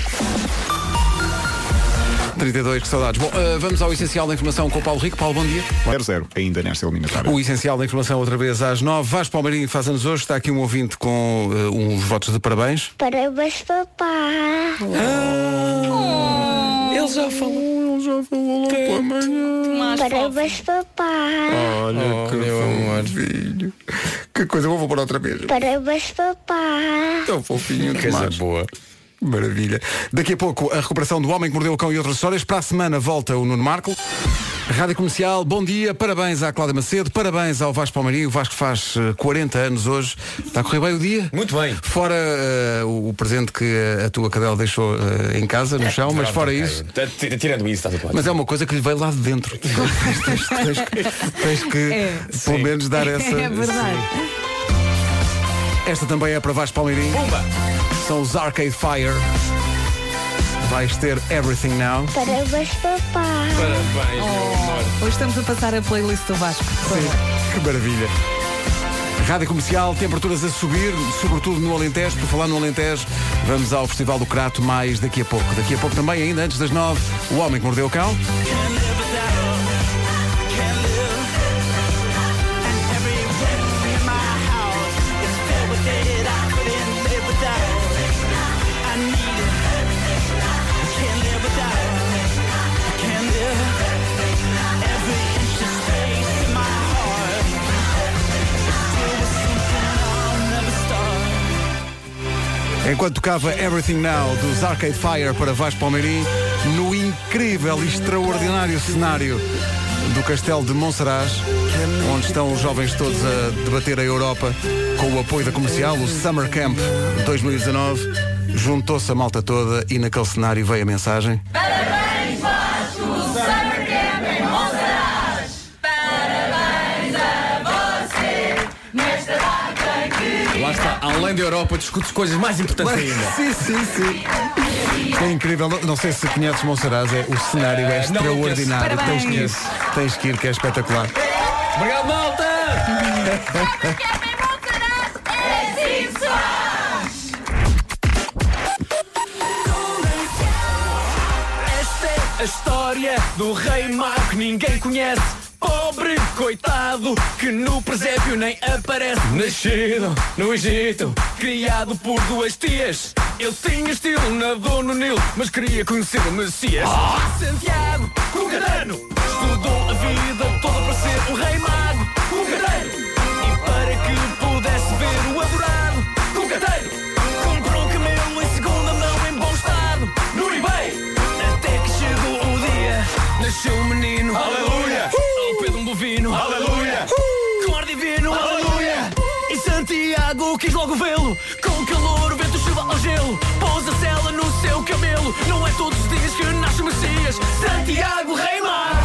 32, que saudades. Bom, vamos ao essencial da informação com o Paulo Rico. Paulo, bom dia. 0-0, ainda nesta eliminatória. O essencial da informação outra vez às 9. Vasco Palmeirinho faz anos hoje. Está aqui um ouvinte com uns votos de parabéns. Parabéns, papá. Ele já falou. Parabéns, papá. Olha, que meu amor, filho. Que coisa, vou pôr outra vez. Parabéns, papá. Tão fofinho, que coisa boa. Maravilha. Daqui a pouco a recuperação do Homem que Mordeu o Cão e outras histórias. Para a semana volta o Nuno Marco. Rádio Comercial, bom dia, parabéns à Cláudia Macedo, parabéns ao Vasco Palmeirinho. O Vasco faz 40 anos hoje. Está a correr bem o dia? Muito bem. Fora o presente que a tua cadela deixou em casa, no chão, mas fora isso. Tirando isso, está tudo bem. Mas é uma coisa que lhe veio lá de dentro. Tens que pelo menos dar essa. É verdade. Esta também é para Vasco Palmeirinho. Pumba! São os Arcade Fire. Vais ter Everything Now. Parabéns, papá. Parabéns, meu amor. Hoje estamos a passar a playlist do Vasco. Sim, que maravilha. Rádio Comercial, temperaturas a subir, sobretudo no Alentejo. Por falar no Alentejo, vamos ao Festival do Crato mais daqui a pouco. Daqui a pouco também, ainda antes das 9, o Homem que Mordeu o Cão. Enquanto tocava Everything Now dos Arcade Fire para Vasco Palmeirinho, no incrível e extraordinário cenário do Castelo de Monsaraz, onde estão os jovens todos a debater a Europa com o apoio da Comercial, o Summer Camp 2019, juntou-se a malta toda e naquele cenário veio a mensagem: Parabéns, Vasco, Summer Camp em Monsaraz. Parabéns a você nesta data que... Lá está, além da Europa, discute coisas mais importantes ainda. Sim. É incrível, não sei se conheces Monsaraz, o cenário é extraordinário. Tens que ir, que é espetacular. Obrigado, malta! Esta é a história do rei mau que ninguém conhece. Pobre coitado que no presépio nem aparece. Nascido no Egito, criado por duas tias. Ele tinha estilo, nadou no Nilo, mas queria conhecer o Messias. Santiago, com Catano, estudou a vida toda para ser um rei mago. Com Catano, e para que pudesse ver o adorado. Com Catano, comprou um camelo em segunda mão em bom estado. No eBay, até que chegou o dia, nasceu um menino. Aleluia! Ao pé de um bovino. Aleluia! Com ar divino. Aleluia! E Santiago quis logo vê-lo. Com calor, vento, chuva ao gelo. Pôs a sela no seu camelo. Não é todos os dias que nasce o Messias. Santiago, rei mago.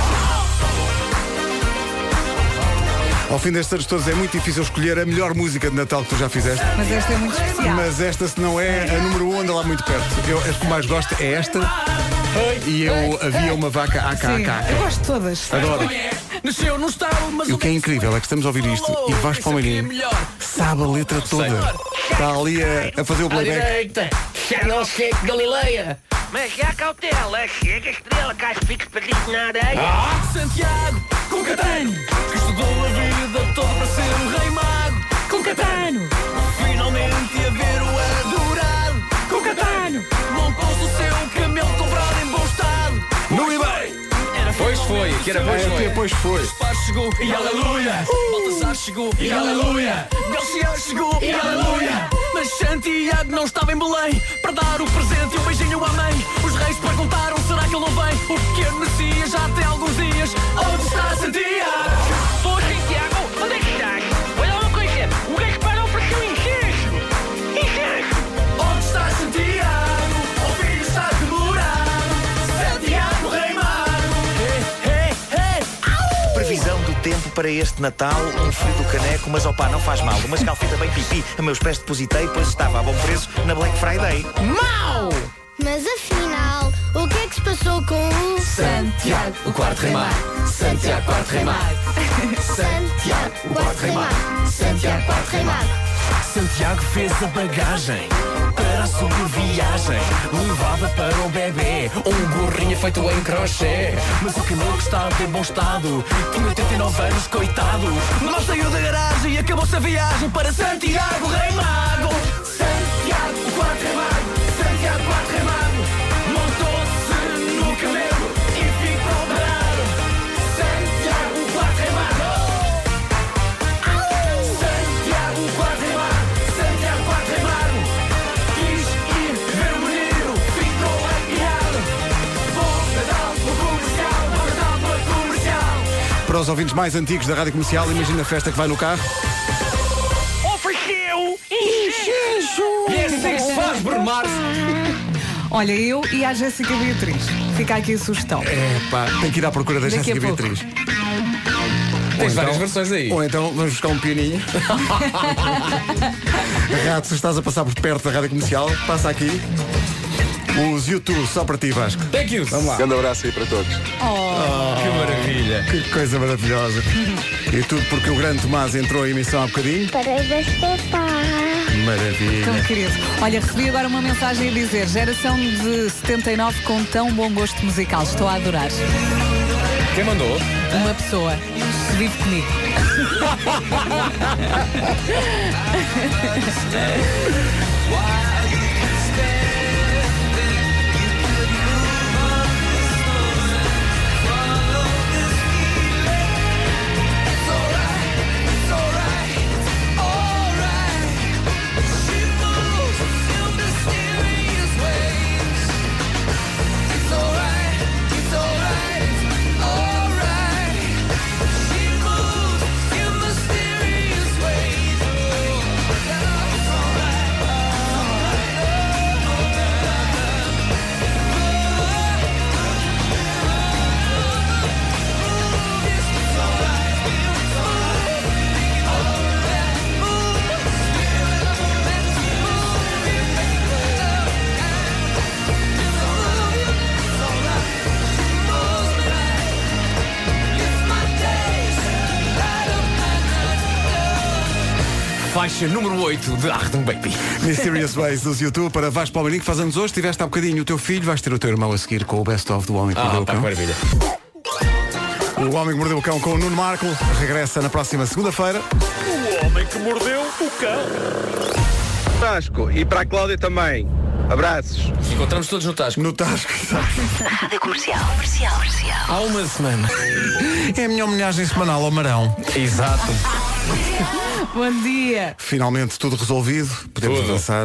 Ao fim destes anos todos é muito difícil escolher a melhor música de Natal que tu já fizeste. Mas esta é muito especial. Mas esta, se não é a número 1, anda lá muito perto. A que mais gosto é esta. E havia uma vaca AK. Eu gosto de todas. Adoro. Nasceu num estalo, mas E o que é incrível é que estamos a ouvir isto e Vasco Palmeirinho sabe a letra toda. Está ali a fazer o playback. direita, já não sei que Galileia. Mas já cautela, chega a estrela, cai fixo para risco na areia. Santiago, com Catano, que estudou a vida toda para ser um rei mago. Com Catano, finalmente a ver o adorado. Com Catano, montou-se o seu camelo comprado em bom estado. No eBay! Pois foi, que era pois foi. Pois foi. Os pares chegou e aleluia. Baltazar chegou e aleluia. Belchior chegou e aleluia. Mas Santiago não estava em Belém para dar o presente e um beijinho à mãe. Os reis perguntaram, será que ele não vem? O pequeno Messias já tem alguns dias. Onde está Santiago? Ô Santiago, onde é que estás? Olha uma coisa, o gajo parou para ser um incenso. Incenso! Onde está Santiago? O filho está demorado. Santiago Rei Mago. Previsão do tempo para este Natal, um frio do caneco, mas opá, não faz mal. Uma escalfita bem pipi, a meus pés depositei, pois estava a bom preço na Black Friday. Mau! Mas afinal, o que é que se passou com o Santiago, o quarto rei mago. Santiago, quarto rei mago. Santiago, o quarto rei mago. Santiago, quarto rei mago. Santiago fez a bagagem para a sua viagem. Levava para o bebê um gorrinho feito em crochê. Mas o caneco estava em bom estado, tinha 89 anos, coitado. Mal saiu da garagem e acabou-se a viagem para Santiago Rei Mago. Santiago, o quarto rei mago. Santiago, quarto rei mago. Montou-se no camelo e ficou parado. Santiago, o quarto rei mago. Santiago, o quarto rei mago. Santiago, quarto rei mago. Quis ir ver o menino, ficou arrepiado. Bom Natal, bom comercial. Bom Natal, bom comercial. Para os ouvintes mais antigos da Rádio Comercial, imagina a festa que vai no carro. Ofereceu incenso! E é assim que se faz, Bernardo. Olha, eu e a Jéssica Beatriz. Fica aqui a sugestão. Pá, tem que ir à procura da Daqui a Jéssica pouco. Beatriz. Tens várias versões aí. Ou então vamos buscar um pianinho. Rato, se estás a passar por perto da Rádio Comercial, passa aqui. Os YouTube só para ti, Vasco. Thank you. Vamos lá. Grande abraço aí para todos. Que maravilha. Que coisa maravilhosa. E tudo porque o grande Tomás entrou em emissão há bocadinho. Parabéns, papá. Maravilha. Tão querido. Olha, recebi agora uma mensagem a dizer: geração de 79 com tão bom gosto musical. Estou a adorar. Quem mandou? Uma pessoa que vive comigo. Faixa número 8 de Achtung Baby. Mysterious Ways dos YouTube para Vasco Palmeirinho, que faz anos hoje. Tiveste há bocadinho o teu filho, vais ter o teu irmão a seguir com o Best of do Homem que Mordeu o Pá, Cão. maravilha. O Homem que Mordeu o Cão com o Nuno Marco regressa na próxima segunda-feira. O homem que mordeu o cão. Tasco. E para a Cláudia também. Abraços. Encontramos todos no Tasco. No Tasco, exato. Rádio Comercial, comercial, comercial. Há uma semana. É a minha homenagem semanal ao Marão. Exato. Bom dia. Finalmente tudo resolvido. Podemos Tudo. avançar.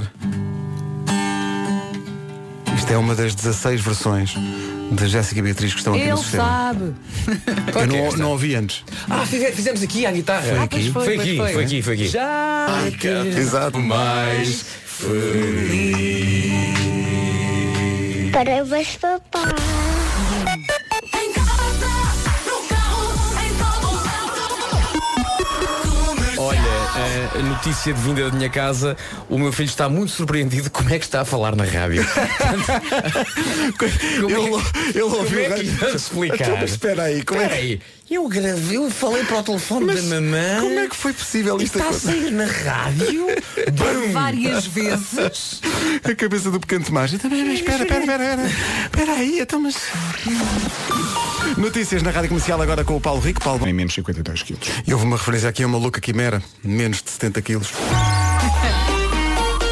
Isto é uma das 16 versões de Jéssica Beatriz que estão aqui no Ele sistema. sabe. Eu não ouvi antes. Fizemos aqui a guitarra. Foi aqui. pois Foi aqui, foi. foi aqui, foi aqui. Já. Exato. Mais feliz. Parabéns, papá. Olha, a notícia de vinda da minha casa, o meu filho está muito surpreendido como é que está a falar na rádio. Ele ouviu Como é que vamos explicar? Então, mas espera aí, como é que... Espera aí. Eu gravei, eu falei para o telefone da mamãe. Como é que foi possível isto Está a acontecer? sair na rádio? Bum! Várias vezes. A cabeça do pequeno Tomás. Então, mas espera aí, então mas... Notícias na Rádio Comercial agora com o Paulo Rico. Paulo... Em menos 52 quilos. E houve uma referência aqui a uma louca quimera, menos de 70 quilos.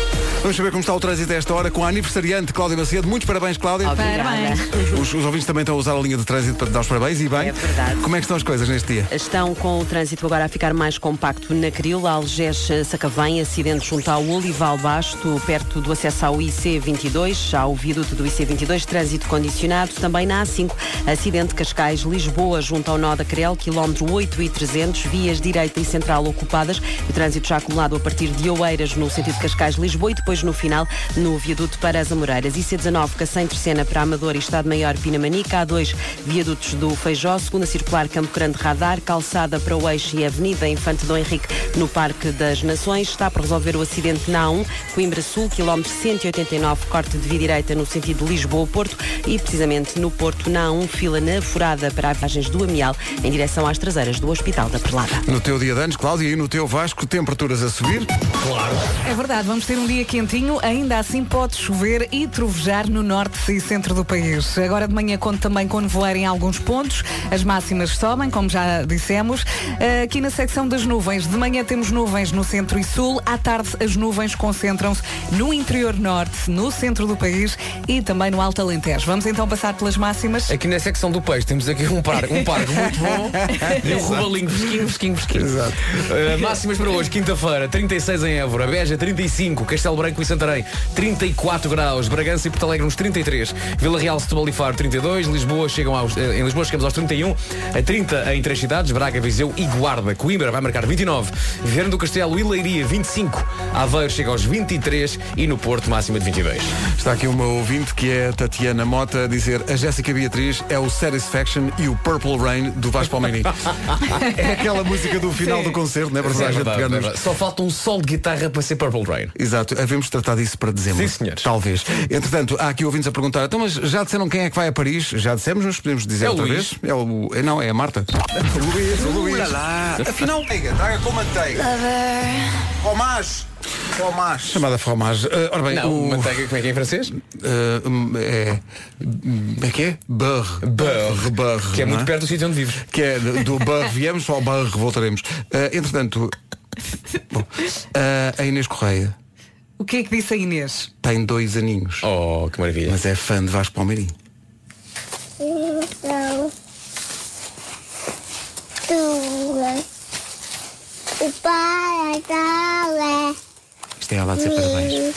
Vamos saber como está o trânsito a esta hora com a aniversariante Cláudia Macedo. Muitos parabéns, Cláudia. Parabéns. Os ouvintes também estão a usar a linha de trânsito para te dar os parabéns e bem. É verdade. Como é que estão as coisas neste dia? Estão com o trânsito agora a ficar mais compacto na Cril, Algés-Sacavém, acidente junto ao Olival Basto, perto do acesso ao IC22, ao viaduto do IC22, trânsito condicionado. Também na A5, acidente Cascais-Lisboa, junto ao nó da Crel, quilómetro 8 e 300, vias direita e central ocupadas. O trânsito já acumulado a partir de Oeiras, no sentido de Cascais-Lisboa, e depois no final, no viaduto para as Amoreiras. IC19, Cacém-Terceira para Amador e Estado-Maior Pinamanica. A2, viadutos do Feijó, segunda circular Campo Grande Radar, calçada para o Eixo e Avenida Infante Dom Henrique no Parque das Nações. Está para resolver o acidente na A1, Coimbra Sul, quilómetro 189, corte de via direita no sentido de Lisboa-Porto, e precisamente no Porto, na A1, fila na Furada para as viagens do Amial, em direção às traseiras do Hospital da Perlada. No teu dia de anos, Cláudia, e no teu Vasco, temperaturas a subir? Claro. É verdade, vamos ter um dia quentinho, ainda assim pode chover e trovejar no norte e centro do país. Agora de manhã conto também com nevoeiro em alguns pontos, as máximas sobem, como já dissemos. Aqui na secção das nuvens, de manhã temos nuvens no centro e sul, à tarde as nuvens concentram-se no interior norte, no centro do país e também no Alto Alentejo. Vamos então passar pelas máximas. Aqui na secção do peixe temos aqui um parque muito bom e um robalinho fresquinho. Exato. Máximas para hoje, quinta-feira, 36 em Évora, Beja 35, Castelo Branco e Santarém 34 graus, Bragança e Porto Alegre nos 33, Vila Real, Setúbal e Faro 32, em Lisboa chegamos aos 31, a 30 em 3 cidades, Braga, Viseu e Guarda. Coimbra vai marcar 29, Viana do Castelo e Leiria 25, Aveiro chega aos 23 e no Porto máxima de 22. Está aqui uma ouvinte que é a Tatiana Mota a dizer: a Jéssica Beatriz é o Satisfaction e o Purple Rain do Vasco Palmeirim. É aquela música do final do concerto, não é verdade? Só falta um sol de guitarra para ser Purple Rain. Exato, havemos tratar disso para dezembro. Sim, senhores. Talvez. Entretanto, há aqui ouvintes a perguntar: então, mas já disseram quem é que vai a Paris? Já dissemos, mas podemos dizer outra vez? Não, é a Marta. O Luís. Afinal, traga com manteiga. Fromage. Chamada fromage. Ora bem, manteiga, como é que é em francês? Como é que é? Beurre. Que é muito perto do sítio onde vives. Que é do beurre viemos, ao beurre voltaremos. Entretanto, a Inês Correia. O que é que disse a Inês? Tem 2 aninhos. Oh, que maravilha. Mas é fã de Vasco Palmeirim. O pai é. Isto é ela a dizer parabéns.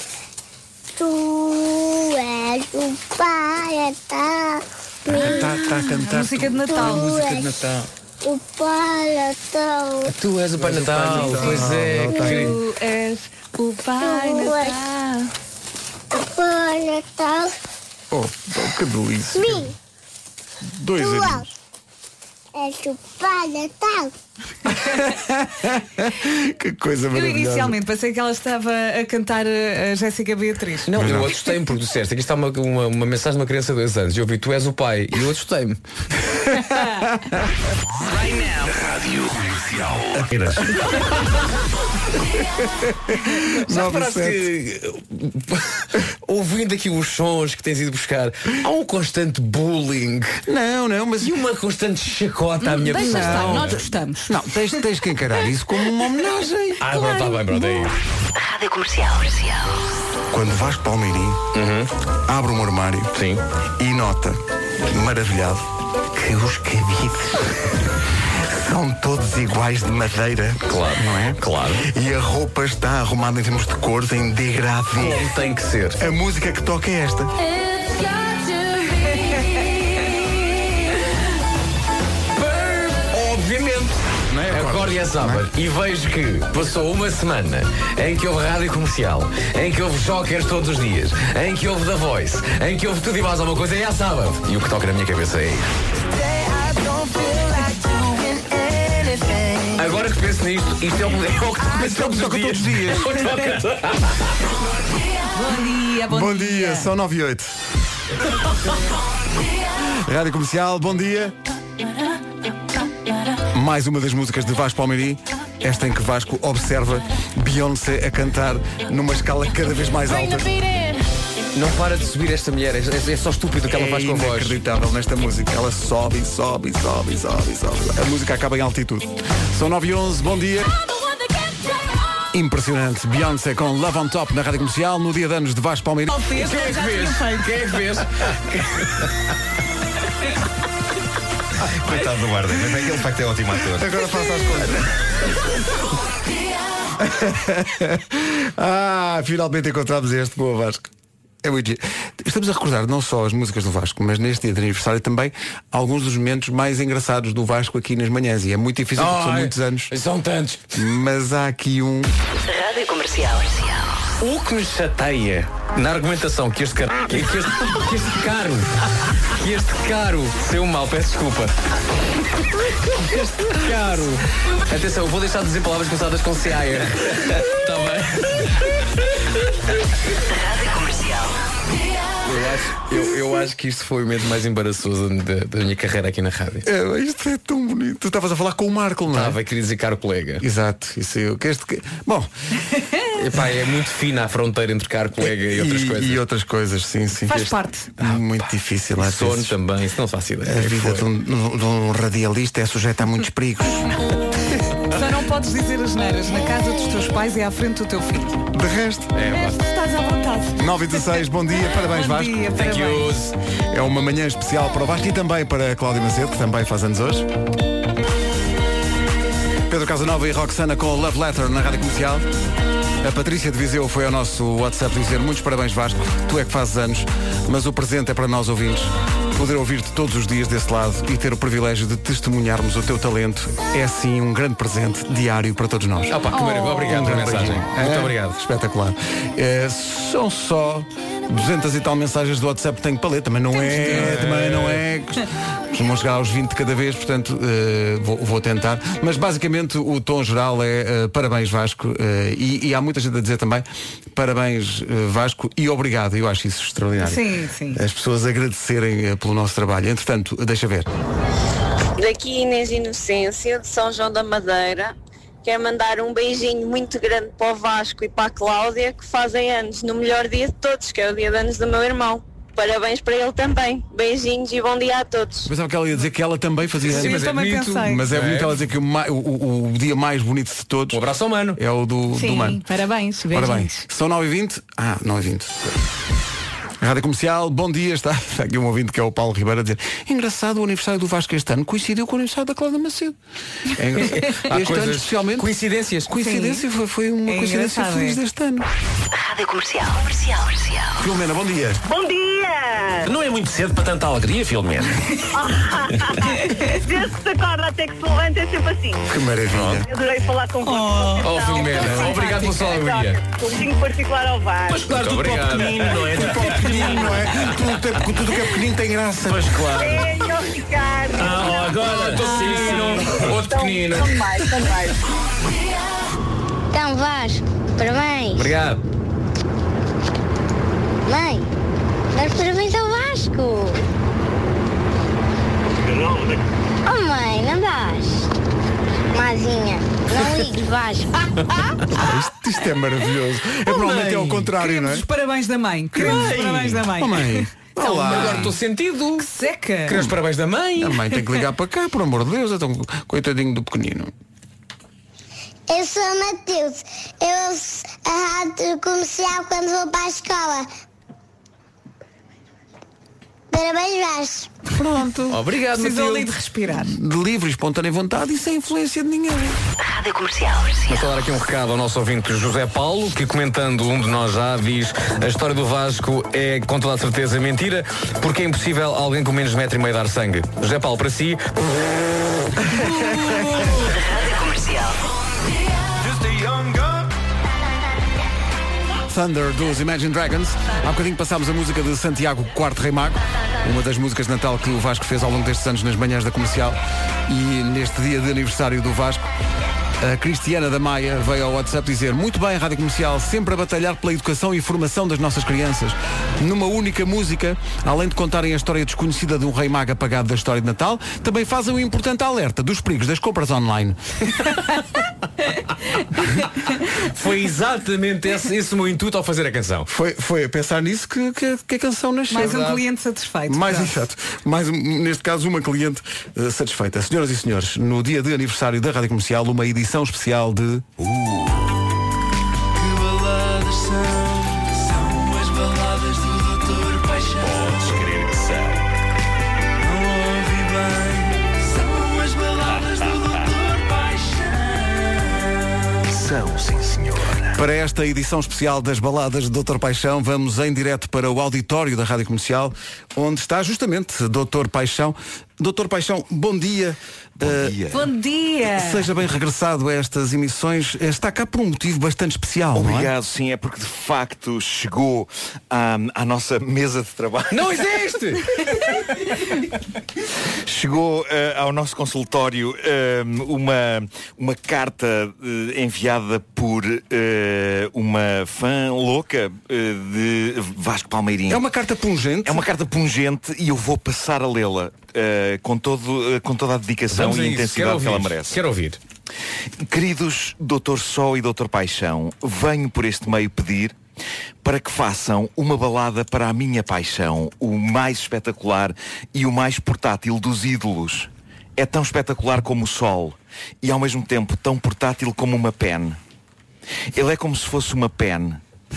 Tu és o pai Está a cantar. Música de Natal. Música de Natal. O pai Natal. Tu és o Pai Natal. Pois é. Tu és o Pai Natal. O pai Natal. Oh, que delícia. Sim. 2 aninhos. És o Pai Natal. Que coisa maravilhosa. Eu inicialmente pensei que ela estava a cantar a Jéssica Beatriz. Não, eu assustei-me porque disseste: aqui está uma mensagem de uma criança de 2 anos e eu ouvi: tu és o pai, e eu assustei-me. Rádio Comercial. Já parece que, ouvindo aqui os sons que tens ido buscar, há um constante bullying. Não, mas... E uma constante chacota à minha Deixa pessoa. estar, nós gostamos. Não, tens que encarar isso como uma homenagem. Pronto, está bem, pronto, é isso. Rádio Comercial. Quando Vasco Palmeirim abre um armário e nota, maravilhado, que os cabides são todos iguais de madeira. Claro, não é? Claro. E a roupa está arrumada em termos de cores, em degradê. Como tem que ser. A música que toca é esta. Obviamente. Acorde é sábado e vejo que passou uma semana em que houve rádio comercial, em que houve jokers todos os dias, em que houve The Voice, em que houve tudo e mais alguma coisa, e é sábado. E o que toca na minha cabeça é agora que penso nisto, isto é o que toca todos os dias. Bom dia, são 9 e 8. Rádio Comercial, bom dia. Mais uma das músicas de Vasco Palmeirim, esta em que Vasco observa Beyoncé a cantar numa escala cada vez mais alta. Não para de subir esta mulher, é só estúpido o que ela faz com a voz. É inacreditável nesta música, ela sobe. A música acaba em altitude. São 9 e 11, bom dia. Impressionante. Beyoncé com Love on Top na Rádio Comercial no dia de anos de Vasco Palmeiras. Quem é que fez? Coitado do guarda, mas é que ele de facto é ótimo ator. Agora faça as contas. Finalmente encontramos este. Boa, Vasco. É muito giro. Estamos a recordar não só as músicas do Vasco, mas neste dia de aniversário também alguns dos momentos mais engraçados do Vasco aqui nas manhãs. E é muito difícil porque são muitos anos. São tantos. Mas há aqui um. Rádio Comercial. O que me chateia na argumentação que este caro saiu mal, peço desculpa. Este caro. Atenção, eu vou deixar de dizer palavras começadas com CAR. Está bem? Rádio Comercial. Eu acho que isto foi o momento mais embaraçoso da minha carreira aqui na rádio. Isto é tão bonito. Tu estavas a falar com o Marco, não é? Estava, queria dizer caro colega. Exato, isso eu. Bom. Epá, é muito fina a fronteira entre caro colega e outras coisas. E outras coisas, sim. Faz parte. Muito difícil. E sono também, isso não faço ideia. A vida de um radialista é sujeita a muitos perigos. Só não podes dizer as neiras na casa dos teus pais e à frente do teu filho. De resto, estás à vontade. 9h16, bom dia, parabéns Bom Vasco. dia, Thank you. É uma manhã especial para o Vasco e também para a Cláudia Macedo, que também faz anos hoje. Pedro Casanova e Roxana com Love Letter na Rádio Comercial. A Patrícia de Viseu foi ao nosso WhatsApp dizer muitos parabéns Vasco, tu é que fazes anos, mas o presente é para nós ouvintes. Poder ouvir-te todos os dias desse lado e ter o privilégio de testemunharmos o teu talento é sim um grande presente diário para todos nós. Opa, que maravilha, obrigado pela mensagem. Muito obrigado. Espetacular. São só 200 e tal mensagens do WhatsApp que tenho para ler. Também não é. Costumam chegar aos 20 de cada vez, portanto vou tentar. Mas basicamente o tom geral é parabéns Vasco e há muita gente a dizer também parabéns Vasco e obrigado. Eu acho isso extraordinário. Sim. As pessoas agradecerem pelo nosso trabalho. Entretanto, deixa ver. Daqui Inês Inocência, de São João da Madeira. Quero mandar um beijinho muito grande para o Vasco e para a Cláudia, que fazem anos no melhor dia de todos, que é o dia de anos do meu irmão. Parabéns para ele também. Beijinhos e bom dia a todos. Pensava que ela ia dizer que ela também fazia anos. Sim, mas também pensei. Mas é bonito ela dizer que o dia mais bonito de todos. Um abraço ao Mano. É o do Mano. Parabéns. Ora bem, são 9h20. 9h20. Rádio Comercial, bom dia, está aqui um ouvinte que é o Paulo Ribeiro a dizer engraçado, o aniversário do Vasco este ano coincidiu com o aniversário da Cláudia Macedo. É engraçado. Este ano especialmente. Coincidência, foi uma coincidência feliz deste ano. Rádio Comercial. Filomena, bom dia. Bom dia! Não é muito cedo para tanta alegria, Filomena? Desde que se acorda até que se levanta é sempre assim. Que maravilha. Eu adorei falar com vocês. Oh, Filomena, obrigado pela sua alegria. Um beijinho particular ao Vasco. Mas claro, tudo para o pequenino, não é? Tudo para o pequenino, não é? Tudo que é pequenino tem graça. Pois claro. É, o Ricardo. Agora, outro pequenino. São mais. Então Vasco, parabéns. Obrigado. Mãe, dá parabéns ao Vasco. Oh mãe, não dás? Mazinha, não ligues Vasco. Isto é maravilhoso. Normalmente é ao contrário, não é? Os parabéns da mãe. Parabéns da mãe. Oh, mãe. Olá. Agora estou sentido. Que seca. Queres os parabéns da mãe? A mãe tem que ligar para cá, por amor de Deus. Então, coitadinho do pequenino. Eu sou a Matilde. Eu ouço a rádio comercial quando vou para a escola. Parabéns, Vasco. Pronto. Obrigado, Precisou ali Matilde. de respirar. De livre e espontânea vontade e sem influência de ninguém. Rádio Comercial. Vou dar aqui um recado ao nosso ouvinte José Paulo, que comentando um de nós já diz a história do Vasco é com toda a certeza mentira, porque é impossível alguém com menos de 1,5 m dar sangue. José Paulo, para si. Rádio Comercial. Thunder dos Imagine Dragons. Há bocadinho passámos a música de Santiago IV Rei Mago, uma das músicas de Natal que o Vasco fez ao longo destes anos nas manhãs da Comercial. E neste dia de aniversário do Vasco, a Cristiana da Maia veio ao WhatsApp dizer: muito bem, Rádio Comercial, sempre a batalhar pela educação e formação das nossas crianças. Numa única música, além de contarem a história desconhecida de um rei mago apagado da história de Natal, também fazem um importante alerta dos perigos das compras online. Foi exatamente esse o meu intuito ao fazer a canção. Foi pensar nisso que a canção nasceu. Mais um cliente satisfeito. Mais exato. Neste caso, uma cliente satisfeita. Senhoras e senhores, no dia de aniversário da Rádio Comercial, uma edição especial de... São as baladas do Dr. Paixão. Podes crer que são. Não ouvi bem. São as baladas do Dr. Paixão. São, sim, senhor. Para esta edição especial das baladas do Dr. Paixão, vamos em direto para o auditório da Rádio Comercial, onde está justamente Dr. Paixão. Dr. Paixão, bom dia. Bom dia. Seja bem regressado a estas emissões. Está cá por um motivo bastante especial, Obrigado, não é? sim, é porque de facto chegou à nossa mesa de trabalho. Não existe! Chegou ao nosso consultório uma carta enviada por uma fã louca de Vasco Palmeirinho. É uma carta pungente? É uma carta pungente e eu vou passar a lê-la com toda a dedicação e intensidade que ela merece. Quero ouvir. Queridos Dr. Só e Dr. Paixão, venho por este meio pedir para que façam uma balada para a minha paixão, o mais espetacular e o mais portátil dos ídolos. É tão espetacular como o sol e ao mesmo tempo tão portátil como uma pen. Ele é como se fosse uma pen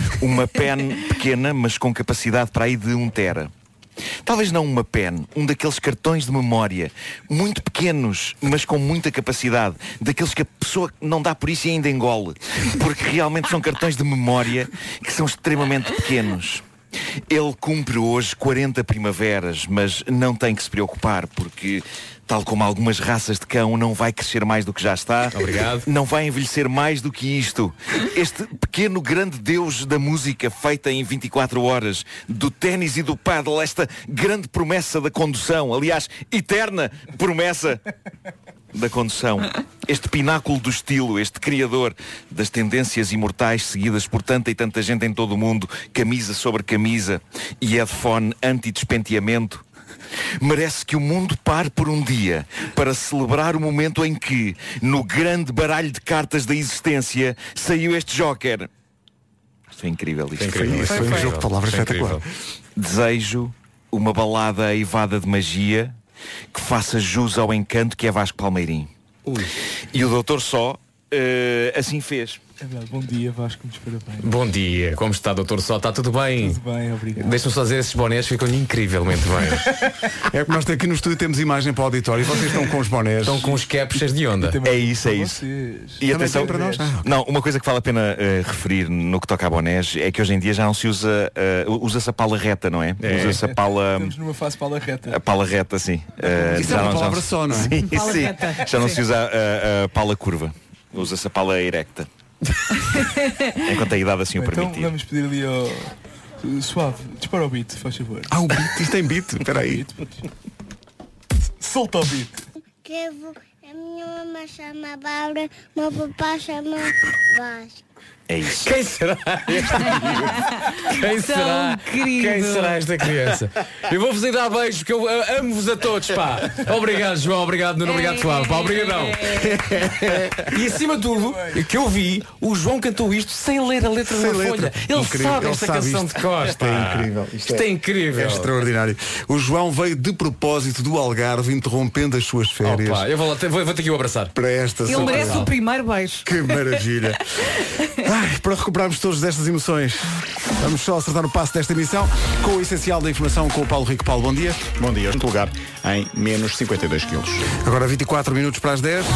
pequena, mas com capacidade para aí de 1 tera. Talvez não uma pen, um daqueles cartões de memória, muito pequenos, mas com muita capacidade, daqueles que a pessoa não dá por isso e ainda engole, porque realmente são cartões de memória que são extremamente pequenos. Ele cumpre hoje 40 primaveras, mas não tem que se preocupar, porque, tal como algumas raças de cão, não vai crescer mais do que já está. Obrigado. Não vai envelhecer mais do que isto. Este pequeno grande deus da música feita em 24 horas, do ténis e do paddle, esta grande promessa da condução, aliás, eterna promessa da condução. Este pináculo do estilo, este criador das tendências imortais seguidas por tanta e tanta gente em todo o mundo, camisa sobre camisa e headphone anti-despenteamento, merece que o mundo pare por um dia para celebrar o momento em que, no grande baralho de cartas da existência, saiu este Joker. Foi incrível isto. Foi um jogo de palavras espetacular. Desejo uma balada eivada de magia que faça jus ao encanto que é Vasco Palmeirinho. E o Dr. Só assim fez. Bom dia, Vasco, muitos parabéns. Bom dia, como está, Dr. Só? Está tudo bem? Tudo bem, obrigado. Deixa-me só dizer, esses bonés ficam-lhe incrivelmente bem. É que nós aqui no estúdio temos imagem para o auditório e vocês estão com os bonés. Estão com os caps cheios de onda. É isso, é isso. E atenção, para nós? Não, uma coisa que vale a pena referir no que toca a bonés é que hoje em dia já não se usa, usa-se a pala reta, não é? Usa-se a pala... Estamos numa fase pala reta. A pala reta, sim. Isso é uma palavra só, não é? Sim, Pala sim. reta. Já não se usa a pala curva. Usa-se a pala erecta. Enquanto a idade assim o Então permitir. vamos pedir ali ao... Suave, dispara o beat, faz favor. O beat, isto tem beat, espera aí. Solta o beat. A minha mamãe chama Bárbara, o meu papá chama Vasco. É isso. Quem será este miúdo? Quem será? Quem será esta criança? Eu vou-vos aí dar beijos, porque eu amo-vos a todos, pá. Obrigado, João, obrigado, Nuno, obrigado, Suave, pá, obrigadão. E acima de tudo, que eu vi, o João cantou isto sem ler a letra da folha. Ele sabe esta canção de cor. Isto é incrível. Isto é incrível. É extraordinário. O João veio de propósito do Algarve, interrompendo as suas férias. Opa, eu vou ter aqui o abraçar. Para esta Ele merece o primeiro beijo. Que maravilha. Para recuperarmos todas destas emoções, vamos só acertar o passo desta emissão com o essencial da informação com o Paulo Rico. Paulo, bom dia. Bom dia. Este lugar em menos 52 quilos. Agora 24 minutos para as 10.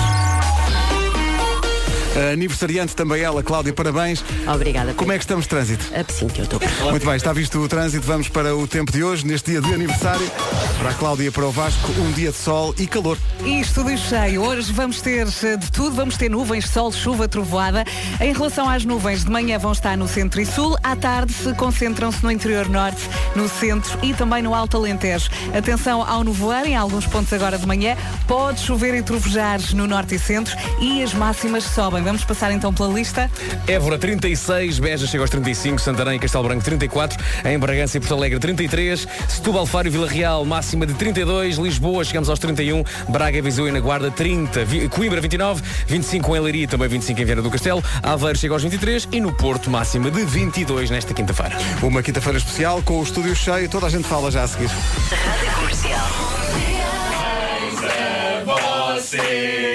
A aniversariante também ela, Cláudia, parabéns. Obrigada. Como é que estamos de trânsito? Sim, que eu estou. Muito bem, está visto o trânsito. Vamos para o tempo de hoje, neste dia de aniversário. Para a Cláudia e para o Vasco, um dia de sol e calor. E estúdio cheio. Hoje vamos ter de tudo. Vamos ter nuvens, sol, chuva, trovoada. Em relação às nuvens, de manhã vão estar no centro e sul. À tarde se concentram-se no interior norte, no centro e também no Alto Alentejo. Atenção ao nevoeiro em alguns pontos agora de manhã. Pode chover e trovejar no norte e centro e as máximas sobem. Vamos passar então pela lista. Évora 36, Beja chega aos 35, Santarém e Castelo Branco 34, em Bragança e Porto Alegre 33, Setúbal, Faro e Vila Real máxima de 32, Lisboa chegamos aos 31, Braga, Viseu e na Guarda 30, Coimbra 29, 25 em Leiria, também 25 em Viana do Castelo, Aveiro chega aos 23 e no Porto máxima de 22 nesta quinta-feira. Uma quinta-feira especial com o estúdio cheio, toda a gente fala já a seguir. Rádio Comercial.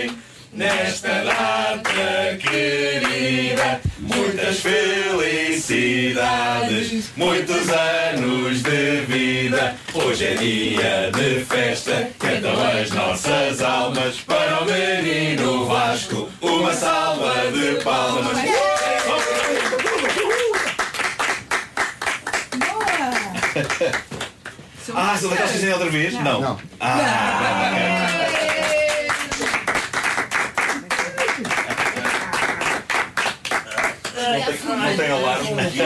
Nesta data querida, muitas felicidades. felicidades, muitos anos de vida. Hoje é dia de festa, cantam as nossas almas. Para o menino Vasco, uma salva de palmas. Se eu daqueles dizem outra vez? Não. Não tem alarme.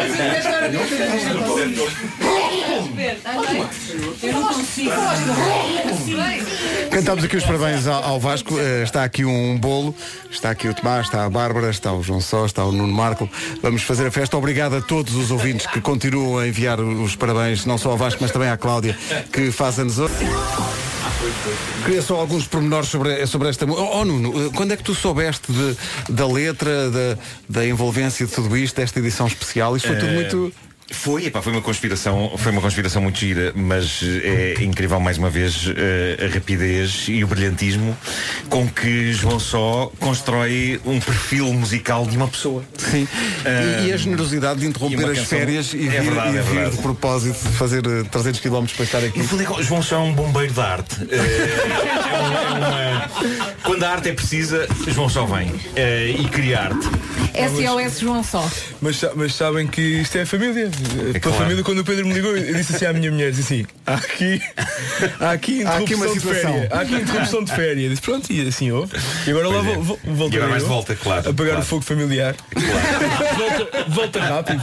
Eu não consigo. Cantamos aqui os parabéns ao Vasco. Está aqui um bolo, está aqui o Tomás, está a Bárbara, está o João Só, está o Nuno Marco. Vamos fazer a festa. Obrigado a todos os ouvintes que continuam a enviar os parabéns, não só ao Vasco, mas também à Cláudia, que faz anos hoje. Queria só alguns pormenores sobre esta música. Nuno, quando é que tu soubeste da letra, da envolvência de tudo isto, desta edição especial? Isto foi tudo muito... Foi uma conspiração muito gira, mas é incrível mais uma vez a rapidez e o brilhantismo com que João Só constrói um perfil musical de uma pessoa. Sim. E a generosidade de interromper as férias e vir de propósito de fazer 300 km para estar aqui. João Só é um bombeiro da arte. Quando a arte é precisa, João Só vem e cria arte. SOS João Só. Mas sabem que isto é a família. Pela família, quando o Pedro me ligou, eu disse assim à minha mulher, disse assim, há aqui interrupção de férias. Há aqui interrupção de férias. Disse, pronto, e assim houve. E agora lá volta. E agora mais de volta, claro. Apagar o fogo familiar. Claro. volta rápido.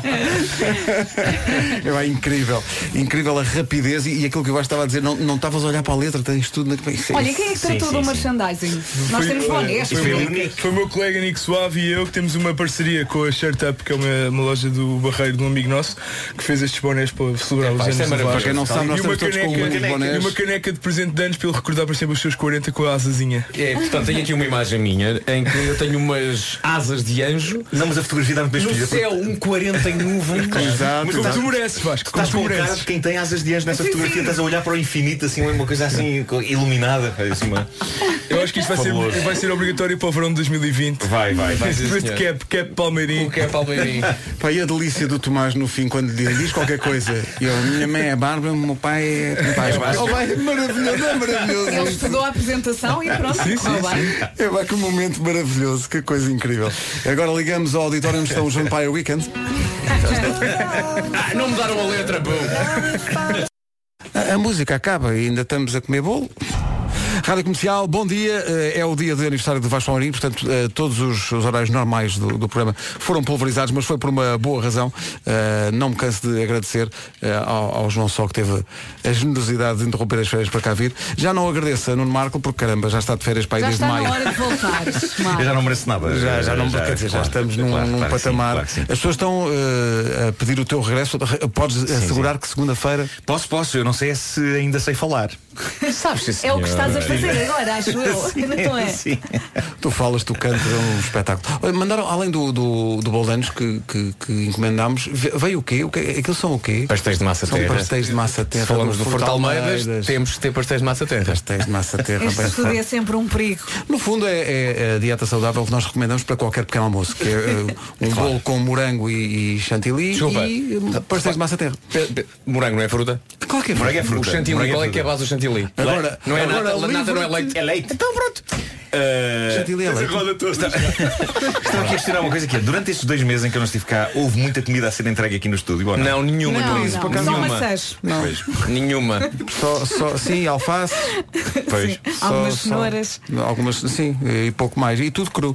É incrível a rapidez e aquilo que eu estava a dizer, não estavas a olhar para a letra, tens tudo na cabeça. Olha, quem é que tratou do merchandising? Nós temos bonés. Foi o meu colega Nico Suave e eu que temos uma parceria com a Shirt Up, que é uma loja do Barreiro de um amigo nosso, que fez estes bonés para celebrar os anos do Vasco. Para quem não sabe, nós estamos todos com bonés. E uma caneca de presente de anos para ele recordar para sempre os seus 40 com a asazinha. Portanto, tenho aqui uma imagem minha em que eu tenho umas asas de anjo. Não, mas a fotografia dá-me bem escolhida. No céu, um 40 em nuvem. Exato. Mas como tu mereces, Vasco. Estás com cara de quem tem asas de anjo nessa fotografia. Estás a olhar para o infinito, assim, uma coisa assim iluminada. Eu acho que isto vai ser obrigatório para o verão de 2020. Vai. Cap Palmeirinho. Pá, e a delícia do Tomás no fim, quando lhe diz qualquer coisa. Minha mãe é Bárbara, meu pai é Vasco. Maravilhoso. Ele estudou a apresentação e pronto. Sim. Que momento maravilhoso, que coisa incrível. Agora ligamos ao auditório onde estão os Vampire Weekend. Não mudaram a letra, bom. A música acaba e ainda estamos a comer bolo. Rádio Comercial, bom dia. É o dia de aniversário de Vasco Palmeirinho, portanto todos os horários normais do programa foram pulverizados, mas foi por uma boa razão. Não me canso de agradecer ao João Só, que teve a generosidade de interromper as férias para cá vir. Já não agradeço a Nuno Marco, porque caramba, já está de férias para aí desde maio. Já está na hora de voltar. Eu já não mereço nada. Já estamos num patamar. Claro, as pessoas estão a pedir o teu regresso. Podes assegurar que segunda-feira... Posso. Eu não sei se ainda sei falar. Sabes, é o que estás a fazer agora, acho eu. Não é? Sim. Tu falas, tu cantas, é um espetáculo. Olha, mandaram, além do Boldanos que encomendámos, veio o quê? Aquilo são o quê? Pastéis de massa terra. Pastéis de massa terra. Se falamos do Forte Almeidas, temos que ter pastéis de massa terra. Pastéis de massa terra. Este estudo é sempre um perigo. No fundo é a dieta saudável que nós recomendamos para qualquer pequeno almoço, que é bolo com morango e chantilly. Desculpa. E pastéis de massa terra. Morango não é fruta? Qual que é? Morango é fruta. O chantilly, qual é que é a base do chantilly? Agora, não é nada não é leite. É leite. Então pronto. Chantilly é leite. Estava aqui a questionar uma coisa que é, durante estes 2 meses em que eu não estive cá, houve muita comida a ser entregue aqui no estúdio? Não, nenhuma. Só maçãs. Nenhuma. Só sim, alface. Pois. Algumas cenouras. Algumas, sim, e pouco mais. E tudo cru.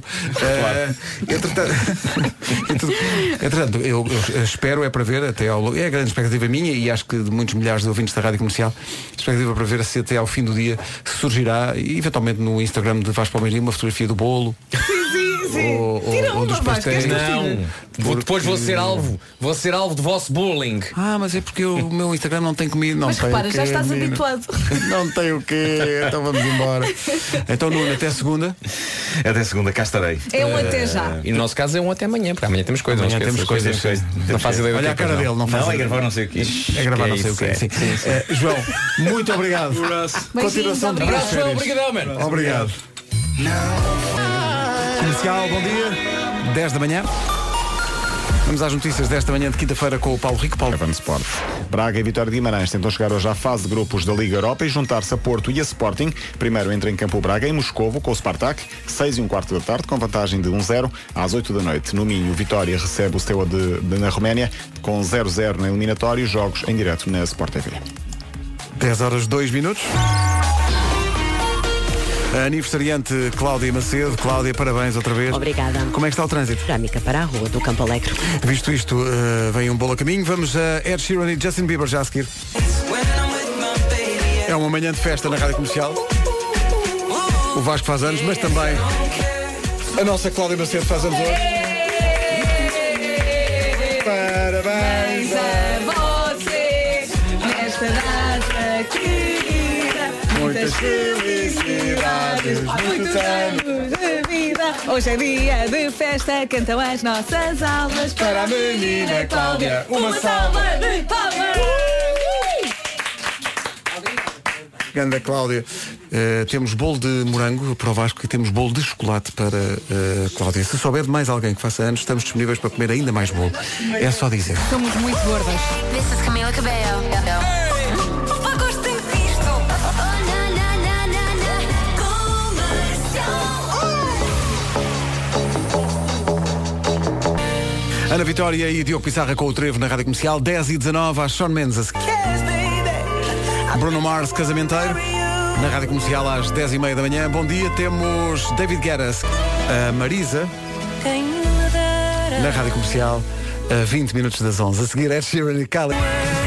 Entretanto, eu espero para ver até ao... É a grande expectativa minha e acho que de muitos milhares de ouvintes da Rádio Comercial, a expectativa para ver se até ao fim do dia surgirá, eventualmente no Instagram de Vasco Palmeirinho, uma fotografia do bolo. Ou dos pastéis. Não. Depois vou ser alvo do vosso bullying. Mas é porque o meu Instagram não tem comida. Mas repara, já estás habituado. Não tem o quê? Então vamos embora. Então, Nuno, até segunda. Até segunda, cá estarei. É um até já. E no nosso caso é um até amanhã, porque amanhã temos coisas. Amanhã temos coisas. Não faz ideia do Olha a cara dele, não faz. Não, é gravar não sei o quê. É gravar não sei o quê. João, muito obrigado. Continuação de abraço, João. Obrigadão, mano. Obrigado. Comercial, bom dia. 10 da manhã. Vamos às notícias desta manhã de quinta-feira com o Paulo Rico. Paulo. Sport. Braga e Vitória de Guimarães tentam chegar hoje à fase de grupos da Liga Europa e juntar-se a Porto e a Sporting. Primeiro entra em campo o Braga em Moscovo com o Spartak, 6:15 da tarde, com vantagem de 1-0 às 8 da noite. No Minho, Vitória recebe o Steaua na Roménia com 0-0 na eliminatória, jogos em direto na Sport TV. 10h02. A aniversariante Cláudia Macedo. Cláudia, parabéns outra vez. Obrigada. Como é que está o trânsito? Trâmica para a rua do Campo Alegre. Visto isto, vem um bolo a caminho. Vamos a Ed Sheeran e Justin Bieber já a seguir. É uma manhã de festa na Rádio Comercial. O Vasco faz anos, mas também a nossa Cláudia Macedo faz anos hoje. Parabéns a você nesta data querida. Muitas felicidades, muitos anos de vida. Hoje é dia de festa, cantam as nossas almas. Para a menina Cláudia, uma salva de palmas. Ganda Cláudia. Temos bolo de morango para o Vasco e temos bolo de chocolate para Cláudia. Se souber de mais alguém que faça anos, estamos disponíveis para comer ainda mais bolo. É só dizer. Somos muito gordas. This is Camila Cabello. Opa, gostei disto. Ana Vitória e Diogo Pissarra com o Trevo na Rádio Comercial. 10h19 às Shawn Mendes. Bruno Mars, casamenteiro. Na Rádio Comercial às 10h30 da manhã. Bom dia, temos David Guetta, a Marisa. Na Rádio Comercial, a 20 minutos das 11. A seguir, Ed Sheeran e Khaled.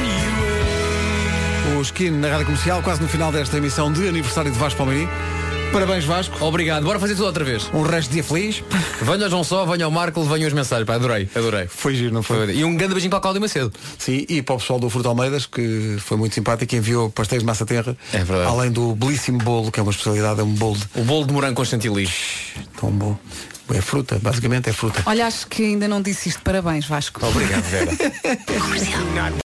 O Skin na Rádio Comercial, quase no final desta emissão de aniversário de Vasco Palmeirim. Parabéns, Vasco. Obrigado. Bora fazer tudo outra vez. Um resto de dia feliz. Venha ao João Só, venha ao Marco, venham as mensagens. Pá, adorei. Foi giro, não foi? E um grande beijinho para a Cláudia Macedo. Sim, e para o pessoal do Fruto Almeidas, que foi muito simpático, enviou pastéis de massa terra. É verdade. Além do belíssimo bolo, que é uma especialidade, é um bolo. O bolo de morango com chantilly. Tão bom. É fruta, basicamente é fruta. Olha, acho que ainda não disse isto. Parabéns, Vasco. Obrigado, Vera.